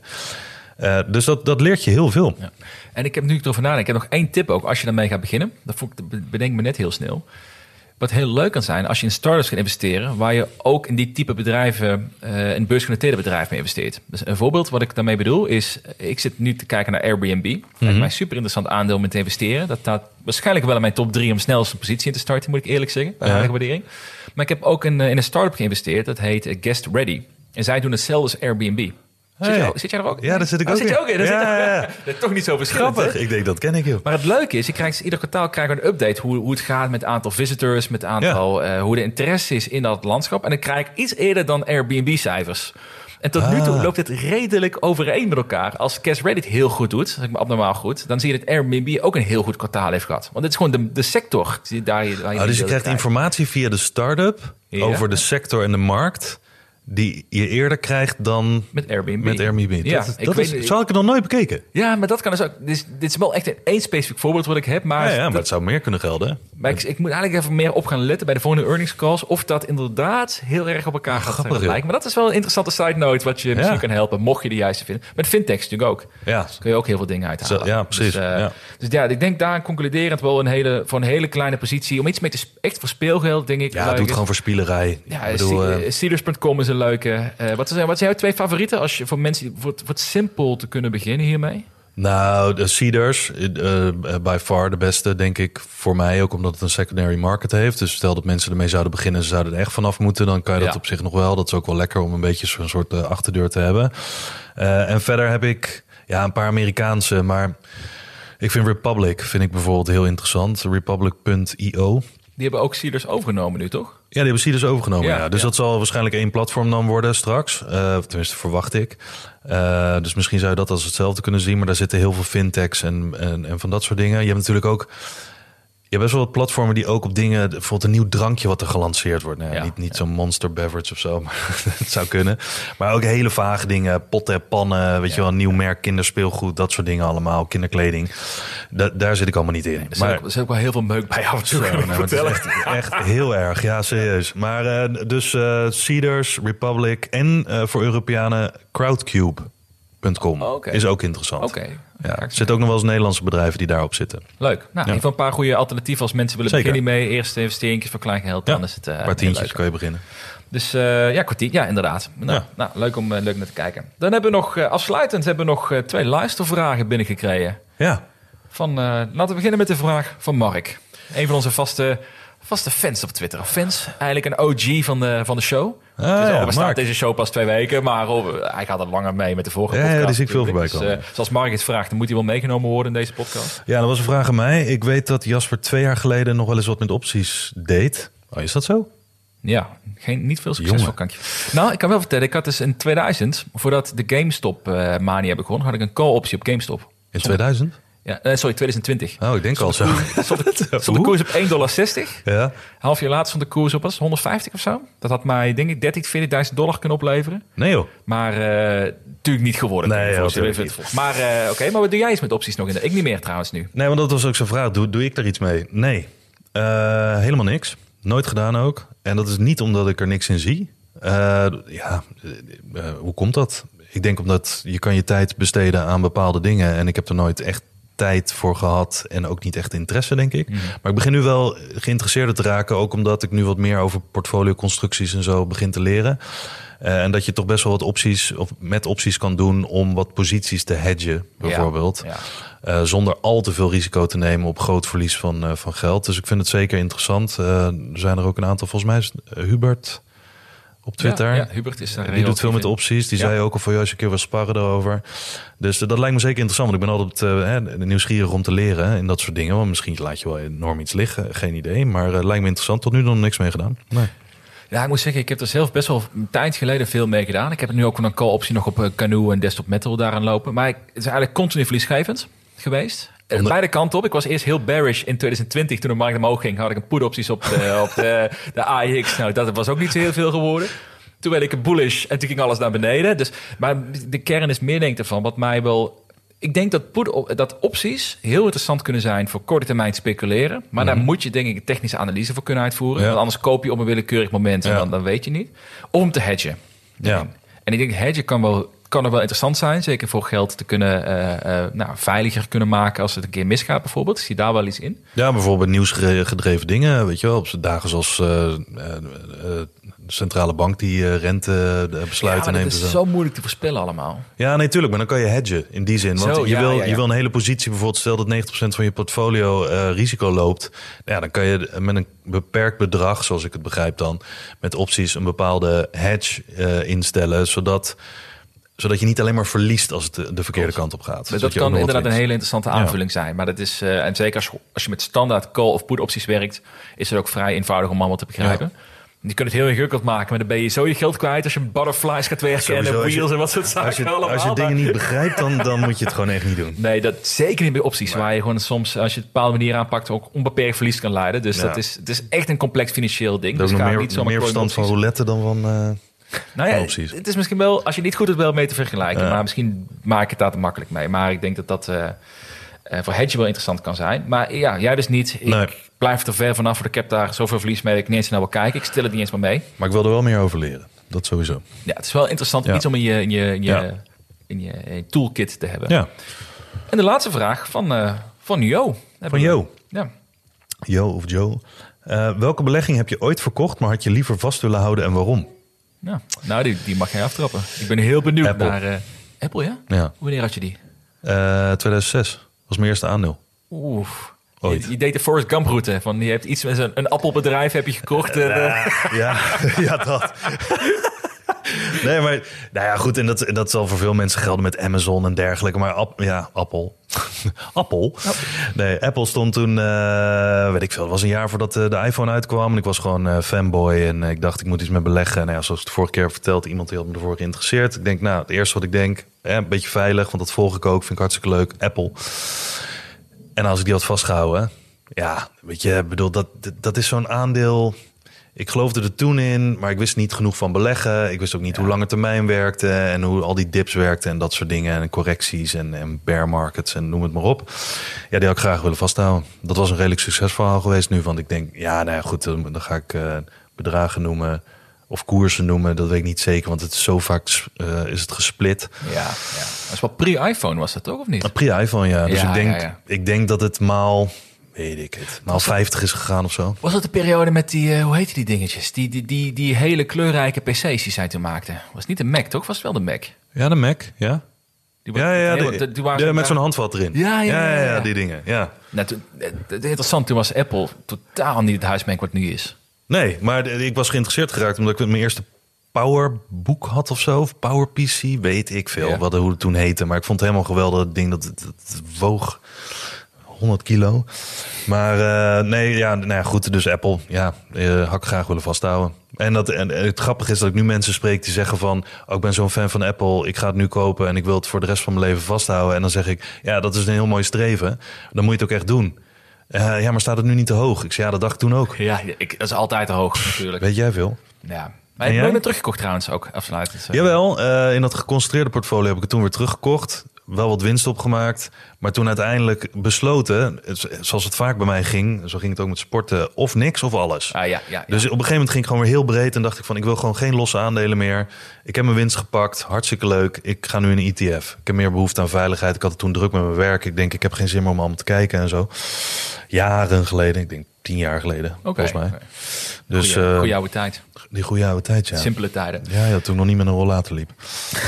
Dus dat leert je heel veel. Ja. En ik heb nu erover nadenken. Ik heb nog 1 tip ook, als je daarmee gaat beginnen. Dat bedenk me net heel snel. Wat heel leuk kan zijn als je in startups gaat investeren, waar je ook in die type bedrijven, een beursgenoteerde bedrijf mee investeert. Dus een voorbeeld wat ik daarmee bedoel is, ik zit nu te kijken naar Airbnb. Lijkt mij een super interessant aandeel om te investeren. Dat staat waarschijnlijk wel in mijn top 3 om snelste positie in te starten, moet ik eerlijk zeggen, bij eigen waardering. Maar ik heb ook in een start-up geïnvesteerd, dat heet Guest Ready. En zij doen hetzelfde als Airbnb. Zit jij er ook in? Ja, daar zit ik ook in. Zit je ook in? Ja. Dat is toch niet zo verschillend. Grappig. Ik denk, dat ken ik heel. Maar het leuke is, ieder kwartaal krijgen we een update hoe het gaat met het aantal visitors, met het aantal, hoe de interesse is in dat landschap. En dan krijg ik iets eerder dan Airbnb-cijfers. En tot nu toe loopt het redelijk overeen met elkaar. Als Guest Ready het heel goed doet, zeg maar abnormaal goed, dan zie je dat Airbnb ook een heel goed kwartaal heeft gehad. Want dit is gewoon de sector. Dus je krijgt informatie via de start-up over de sector en de markt die je eerder krijgt dan met Airbnb. Ja, zal ik het nog nooit bekeken? Ja, maar dat kan dus ook. Dit is wel echt één specifiek voorbeeld wat ik heb. Maar, maar het zou meer kunnen gelden. Maar ik moet eigenlijk even meer op gaan letten bij de volgende earnings calls, of dat inderdaad heel erg op elkaar gaat lijken. Maar dat is wel een interessante side note wat je misschien kan helpen, mocht je de juiste vinden. Met fintechs natuurlijk ook. Ja. Dus kun je ook heel veel dingen uithalen. Ja, precies. Dus ik denk daar concluderend wel voor een hele kleine positie, om iets mee echt voor speelgeld, denk ik. Ja, doe het gewoon voor spielerij. Ja, Cedars.com is een leuke. Wat zijn jouw 2 favorieten als je voor mensen voor het simpel te kunnen beginnen hiermee? Nou, de Cedars, by far de beste, denk ik, voor mij. Ook omdat het een secondary market heeft. Dus stel dat mensen ermee zouden beginnen, ze zouden er echt vanaf moeten, dan kan je dat op zich nog wel. Dat is ook wel lekker om een beetje zo'n soort achterdeur te hebben. En verder heb ik een paar Amerikaanse, maar ik vind Republic bijvoorbeeld heel interessant. Republic.io. Die hebben ook Cedars overgenomen nu, toch? Ja, die hebben Cedars overgenomen, ja. Dus dat zal waarschijnlijk 1 platform dan worden straks. Tenminste, verwacht ik. Dus misschien zou je dat als hetzelfde kunnen zien. Maar daar zitten heel veel fintechs en van dat soort dingen. Je hebt natuurlijk ook, je hebt best wel wat platformen die ook op dingen, bijvoorbeeld een nieuw drankje wat er gelanceerd wordt. Niet zo'n Monster Beverage of zo, maar het zou kunnen. Maar ook hele vage dingen, potten en pannen, weet je wel, een nieuw merk kinderspeelgoed, dat soort dingen allemaal, kinderkleding. Daar zit ik allemaal niet in. Nee, er zit ook wel heel veel meuk bij af en toe. Het is echt heel erg, ja, serieus. Maar dus Cedars, Republic en voor Europeanen Crowdcube. Is ook interessant. Oké. Ja, er zitten ook nog wel eens Nederlandse bedrijven die daarop zitten. Leuk. Nou, even een paar goede alternatieven als mensen willen beginnen mee. Eerste investeringjes voor klein geld, dan is het een paar tientjes kan je beginnen. Dus kwartier. Ja, inderdaad. Nou, leuk om naar te kijken. Dan hebben we nog, afsluitend, 2 luistervragen binnengekregen. Ja. Laten we beginnen met de vraag van Mark. Een van onze vaste fans op Twitter. Fans, eigenlijk een OG van de show. We staan deze show pas 2 weken, maar hij gaat er langer mee met de vorige podcast. Ja, die zie ik veel voorbij komen. Dus als Mark het vraagt, dan moet hij wel meegenomen worden in deze podcast. Ja, dat was een vraag aan mij. Ik weet dat Jasper 2 jaar geleden nog wel eens wat met opties deed. Oh, is dat zo? Ja, niet veel succesvol kan ik. Nou, ik kan wel vertellen, ik had dus in 2000, voordat de GameStop mania begon, had ik een call-optie op GameStop. In 2000? Ja, sorry, 2020. Oh, ik denk al zo. Stond de koers op $1,60. Ja. Half jaar later stond de koers op $150 of zo. Dat had mij, denk ik, $30.000, $40.000 kunnen opleveren. Nee joh. Maar natuurlijk niet geworden. Nee, maar oké, maar wat doe jij eens met opties nog in? Ik niet meer trouwens nu. Nee, want dat was ook zo'n vraag. Doe ik daar iets mee? Nee. Helemaal niks. Nooit gedaan ook. En dat is niet omdat ik er niks in zie. Hoe komt dat? Ik denk omdat je kan je tijd besteden aan bepaalde dingen. En ik heb er nooit echt tijd voor gehad en ook niet echt interesse, denk ik. Maar ik begin nu wel geïnteresseerd te raken, ook omdat ik nu wat meer over portfolioconstructies en zo begin te leren. En dat je toch best wel wat opties of met opties kan doen om wat posities te hedgen, bijvoorbeeld. Ja. Zonder al te veel risico te nemen op groot verlies van geld. Dus ik vind het zeker interessant. Er zijn er ook een aantal, volgens mij is Hubert op Twitter. Ja, Hubert is daar. Die doet veel met opties. Die zei ook al voor juist een keer wel sparren erover. Dus dat lijkt me zeker interessant. Want ik ben altijd nieuwsgierig om te leren in dat soort dingen. Want misschien laat je wel enorm iets liggen. Geen idee. Maar het lijkt me interessant. Tot nu nog niks mee gedaan. Nee. Ja, ik moet zeggen, ik heb er zelf best wel een tijd geleden veel mee gedaan. Ik heb nu ook een call-optie nog op Canoe en Desktop Metal daaraan lopen. Maar het is eigenlijk continu verliesgevend geweest. Beide kanten op. Ik was eerst heel bearish in 2020. Toen de markt omhoog ging, had ik een put-opties op de AEX. Nou, dat was ook niet zo heel veel geworden. Toen werd ik bullish en toen ging alles naar beneden. Dus, maar de kern is meer, denk ik, ervan. Wat mij wel... Ik denk dat opties heel interessant kunnen zijn voor korte termijn speculeren. Maar daar moet je, denk ik, een technische analyse voor kunnen uitvoeren. Ja. Want anders koop je op een willekeurig moment en dan weet je niet. Of om te hedgen. Ja. En ik denk, hedgen kan er wel interessant zijn. Zeker voor geld te kunnen veiliger kunnen maken als het een keer misgaat bijvoorbeeld. Zie je daar wel iets in? Ja, bijvoorbeeld nieuwsgedreven dingen. Weet je wel, op dagen zoals de centrale bank die rente besluiten neemt. Het is zo moeilijk te voorspellen allemaal. Ja, nee, tuurlijk. Maar dan kan je hedgen in die zin. Want je wil een hele positie, bijvoorbeeld stel dat 90% van je portfolio risico loopt. Ja, dan kan je met een beperkt bedrag, zoals ik het begrijp dan, met opties een bepaalde hedge instellen, zodat je niet alleen maar verliest als het de verkeerde kant op gaat. Dus dat kan inderdaad een hele interessante aanvulling zijn. Maar dat is, en zeker als je met standaard call of put opties werkt, is het ook vrij eenvoudig om allemaal te begrijpen. Ja. Je kunt het heel ingewikkeld maken, maar dan ben je zo je geld kwijt als je butterflies gaat werken en wheels en wat soort zaken. Als je dingen niet begrijpt, dan moet je het gewoon echt niet doen. Nee, dat zeker niet bij opties, waar je gewoon soms, als je het op een bepaalde manier aanpakt, ook onbeperkt verlies kan leiden. Dus het is echt een complex financieel ding. Dat is dus nog meer verstand van roulette dan van... Nou ja, het is misschien wel, als je niet goed het wel mee te vergelijken, maar misschien maak ik het daar te makkelijk mee. Maar ik denk dat voor hedge wel interessant kan zijn. Maar ja, jij dus niet. Ik blijf er ver vanaf, want ik heb daar zoveel verlies mee dat ik niet eens naar wil kijken. Ik stel het niet eens maar mee. Maar ik wil er wel meer over leren. Dat sowieso. Ja, het is wel interessant iets om in je toolkit te hebben. Ja. En de laatste vraag van Jo. Van Jo? Ja. Jo of Joe. Welke belegging heb je ooit verkocht, maar had je liever vast willen houden en waarom? Ja, nou, die mag jij aftrappen. Ik ben heel benieuwd naar Apple, ja? Ja. Wanneer had je die? 2006 was mijn eerste aandeel. Oeh. Je deed de Forrest Gump route. Van je hebt iets met een appelbedrijf heb je gekocht. Ja, dat. Nee, maar nou ja, goed. En dat zal voor veel mensen gelden met Amazon en dergelijke. Maar Apple. Apple. Nee, Apple stond toen, weet ik veel. Het was een jaar voordat de iPhone uitkwam. En ik was gewoon fanboy. En ik dacht, ik moet iets met beleggen. En zoals ik de vorige keer heb verteld, iemand die had me ervoor geïnteresseerd. Ik denk, het eerste wat ik denk, een beetje veilig. Want dat volg ik ook. Vind ik hartstikke leuk. Apple. En als ik die had vastgehouden, weet je, bedoel, dat is zo'n aandeel. Ik geloofde er toen in, maar ik wist niet genoeg van beleggen. Ik wist ook niet hoe lange termijn werkte en hoe al die dips werkten en dat soort dingen. En correcties en bear markets en noem het maar op. Ja, die had ik graag willen vasthouden. Dat was een redelijk succesverhaal geweest nu. Want ik denk, goed, dan ga ik bedragen noemen. of koersen noemen. Dat weet ik niet zeker, want het is zo vaak is het gesplit. Ja. Dat is wel pre-iPhone was dat toch, of niet? Pre-iPhone, ja. Dus Ja. ik denk dat het maal 50 is gegaan of zo. Was dat de periode met die, hoe heette die dingetjes? Die hele kleurrijke PC's die zij toen maakten. Was het niet de Mac, toch? Was het wel de Mac? Ja, de Mac, ja. Die Ja, met zo'n handvat erin. Ja, die dingen, ja. Nou, interessant, toen was Apple totaal niet het huismerk wat het nu is. Nee, maar ik was geïnteresseerd geraakt omdat ik mijn eerste Powerbook had of zo. Of Power PC, weet ik veel hoe het toen heette. Maar ik vond het helemaal geweldig, het ding dat het woog 100 kilo. Maar goed, dus Apple, had ik graag willen vasthouden. En het grappige is dat ik nu mensen spreek die zeggen van, ik ben zo'n fan van Apple, ik ga het nu kopen en ik wil het voor de rest van mijn leven vasthouden. En dan zeg ik, dat is een heel mooi streven. Dan moet je het ook echt doen. Maar staat het nu niet te hoog? Ik zei, dat dacht ik toen ook. Ja, dat is altijd te hoog natuurlijk. Weet jij veel? Ja. Maar heb je nooit teruggekocht trouwens ook, afsluitend? Jawel, in dat geconcentreerde portfolio heb ik het toen weer teruggekocht. Wel wat winst opgemaakt. Maar toen uiteindelijk besloten, zoals het vaak bij mij ging, zo ging het ook met sporten, of niks of alles. Ja. Dus op een gegeven moment ging ik gewoon weer heel breed en dacht ik van, ik wil gewoon geen losse aandelen meer. Ik heb mijn winst gepakt, hartstikke leuk. Ik ga nu in een ETF. Ik heb meer behoefte aan veiligheid. Ik had het toen druk met mijn werk. Ik denk, ik heb geen zin meer om allemaal te kijken en zo. Jaren geleden, ik denk 10 jaar geleden, volgens mij. Okay. Dus, goeie oude tijd. Die goede oude tijd, ja. Simpele tijden. Ja, toen nog niet met een rollator liep.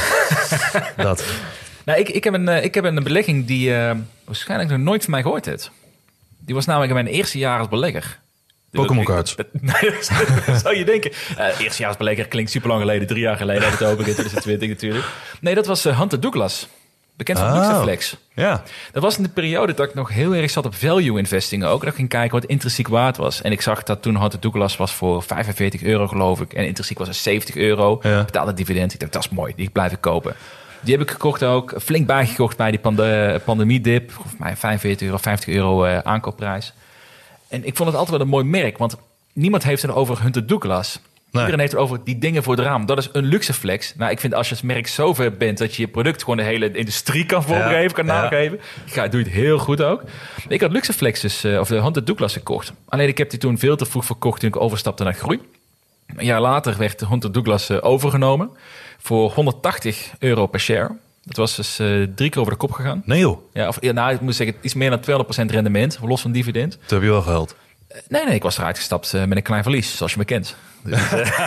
Dat. Nou, ik heb een belegging die waarschijnlijk nog nooit van mij gehoord hebt. Die was namelijk in mijn eerste jaar als belegger. Pokémon cards. Nee, dat zou je denken. Eerste jaar als belegger klinkt super lang geleden. 3 jaar geleden had het ook in 2020 natuurlijk. Nee, dat was Hunter Douglas. Bekend van Luxaflex. Ja. Dat was in de periode dat ik nog heel erg zat op value investing ook. Dat ik ging kijken wat intrinsiek waard was. En ik zag dat toen Hunter Douglas was voor €45 geloof ik. En intrinsiek was er €70. Ja. Betaalde dividend. Ik dacht, dat is mooi. Die blijf ik kopen. Die heb ik gekocht ook. Flink bijgekocht bij die pandemiedip. Volgens mij €45, €50 aankoopprijs. En ik vond het altijd wel een mooi merk. Want niemand heeft het over Hunter Douglas. Nee. Iedereen heeft het over die dingen voor het raam. Dat is een Luxaflex. Nou, ik vind als je als merk zo ver bent dat je je product gewoon de hele industrie kan voorgeven, kan nageven. Doe je het heel goed ook. Ik had Luxaflex dus, of de Hunter Douglas gekocht. Alleen ik heb die toen veel te vroeg verkocht toen ik overstapte naar groei. Een jaar later werd Hunter Douglas overgenomen voor €180 per share. Dat was dus 3 keer over de kop gegaan. Nee joh. Ja, ik moet zeggen, iets meer dan 200% rendement, los van dividend. Dat heb je wel gehad. Nee, ik was eruit gestapt met een klein verlies, zoals je me kent. Dus,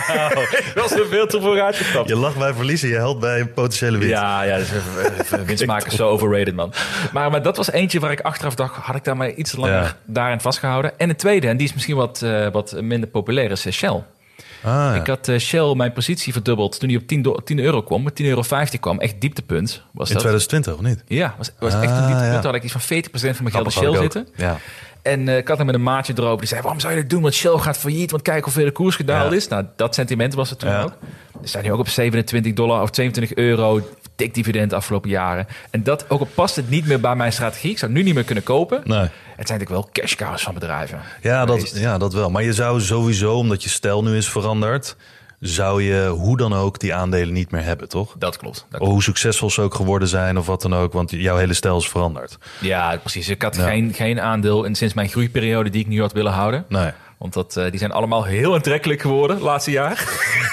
ik was er veel te vroeg uitgestapt. Je lacht bij verliezen, je helpt bij een potentiële winst. Ja, dus winstmakers zo overrated, man. Maar dat was eentje waar ik achteraf dacht, had ik daar maar iets langer daarin vastgehouden. En de tweede, en die is misschien wat minder populair, is Shell. Ik had Shell mijn positie verdubbeld toen hij op €10 kwam. Met €10,50 kwam. Echt dieptepunt was in dat. 2020, of niet? Ja, was echt een dieptepunt. Toen had ik iets van 40% van mijn geld in Shell zitten. Ja. En ik had er met een maatje erover. Die zei, waarom zou je dat doen? Want Shell gaat failliet. Want kijk hoeveel de koers gedaald is. Nou, dat sentiment was het toen ook. We zijn nu ook op $27 of €22. Dik dividend afgelopen jaren. En dat ook al past het niet meer bij mijn strategie. Ik zou het nu niet meer kunnen kopen. Nee. Het zijn natuurlijk wel cash cows van bedrijven. Ja, dat wel. Maar je zou sowieso, omdat je stijl nu is veranderd, zou je hoe dan ook die aandelen niet meer hebben, toch? Dat klopt. Hoe succesvol ze ook geworden zijn of wat dan ook, want jouw hele stijl is veranderd. Ja, precies. Ik had geen aandeel sinds mijn groeiperiode die ik nu had willen houden. Nee. Want die zijn allemaal heel aantrekkelijk geworden het laatste jaar.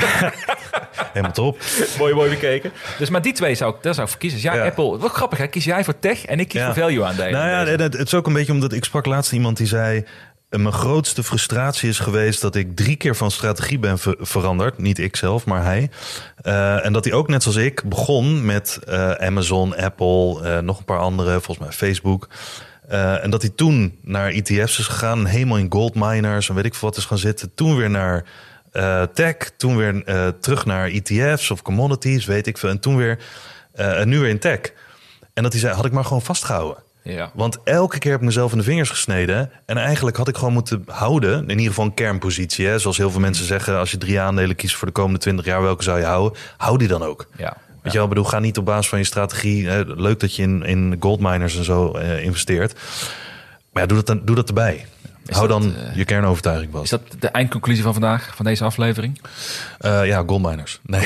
Helemaal top. mooi bekeken. Dus, maar die twee zou ik voor kiezen. Dus Apple, wat grappig hè? Kies jij voor tech en ik kies voor value aandelen. Nou ja, het is ook een beetje omdat ik sprak laatst iemand die zei, mijn grootste frustratie is geweest dat ik 3 keer van strategie ben veranderd. Niet ik zelf, maar hij. En dat hij ook net zoals ik begon met Amazon, Apple, nog een paar andere, volgens mij Facebook. En dat hij toen naar ETF's is gegaan, helemaal in gold miners en weet ik veel wat is gaan zitten. Toen weer naar tech, toen weer terug naar ETF's of commodities, weet ik veel. En toen weer, nu weer in tech. En dat hij zei, had ik maar gewoon vastgehouden. Ja. Want elke keer heb ik mezelf in de vingers gesneden. En eigenlijk had ik gewoon moeten houden. In ieder geval een kernpositie. Hè? Zoals heel veel mensen zeggen, als je 3 aandelen kiest voor de komende 20 jaar, welke zou je houden? Hou die dan ook. Ja. Weet je wel, bedoel, ga niet op basis van je strategie. Leuk dat je in goldminers en zo investeert. Maar ja, doe dat erbij. Hou dan je kernovertuiging vast. Is dat de eindconclusie van vandaag, van deze aflevering? Ja, goldminers. Nee.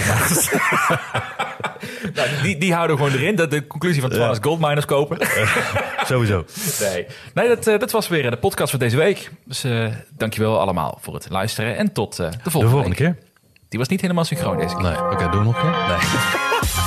Nou, die houden we gewoon erin. Dat de conclusie van Twan is goldminers kopen. Sowieso. Nee, dat was weer de podcast van deze week. Dus dankjewel allemaal voor het luisteren. En tot de volgende keer. Die was niet helemaal synchroon deze keer. Nee, oké, doe nog een keer. Nee.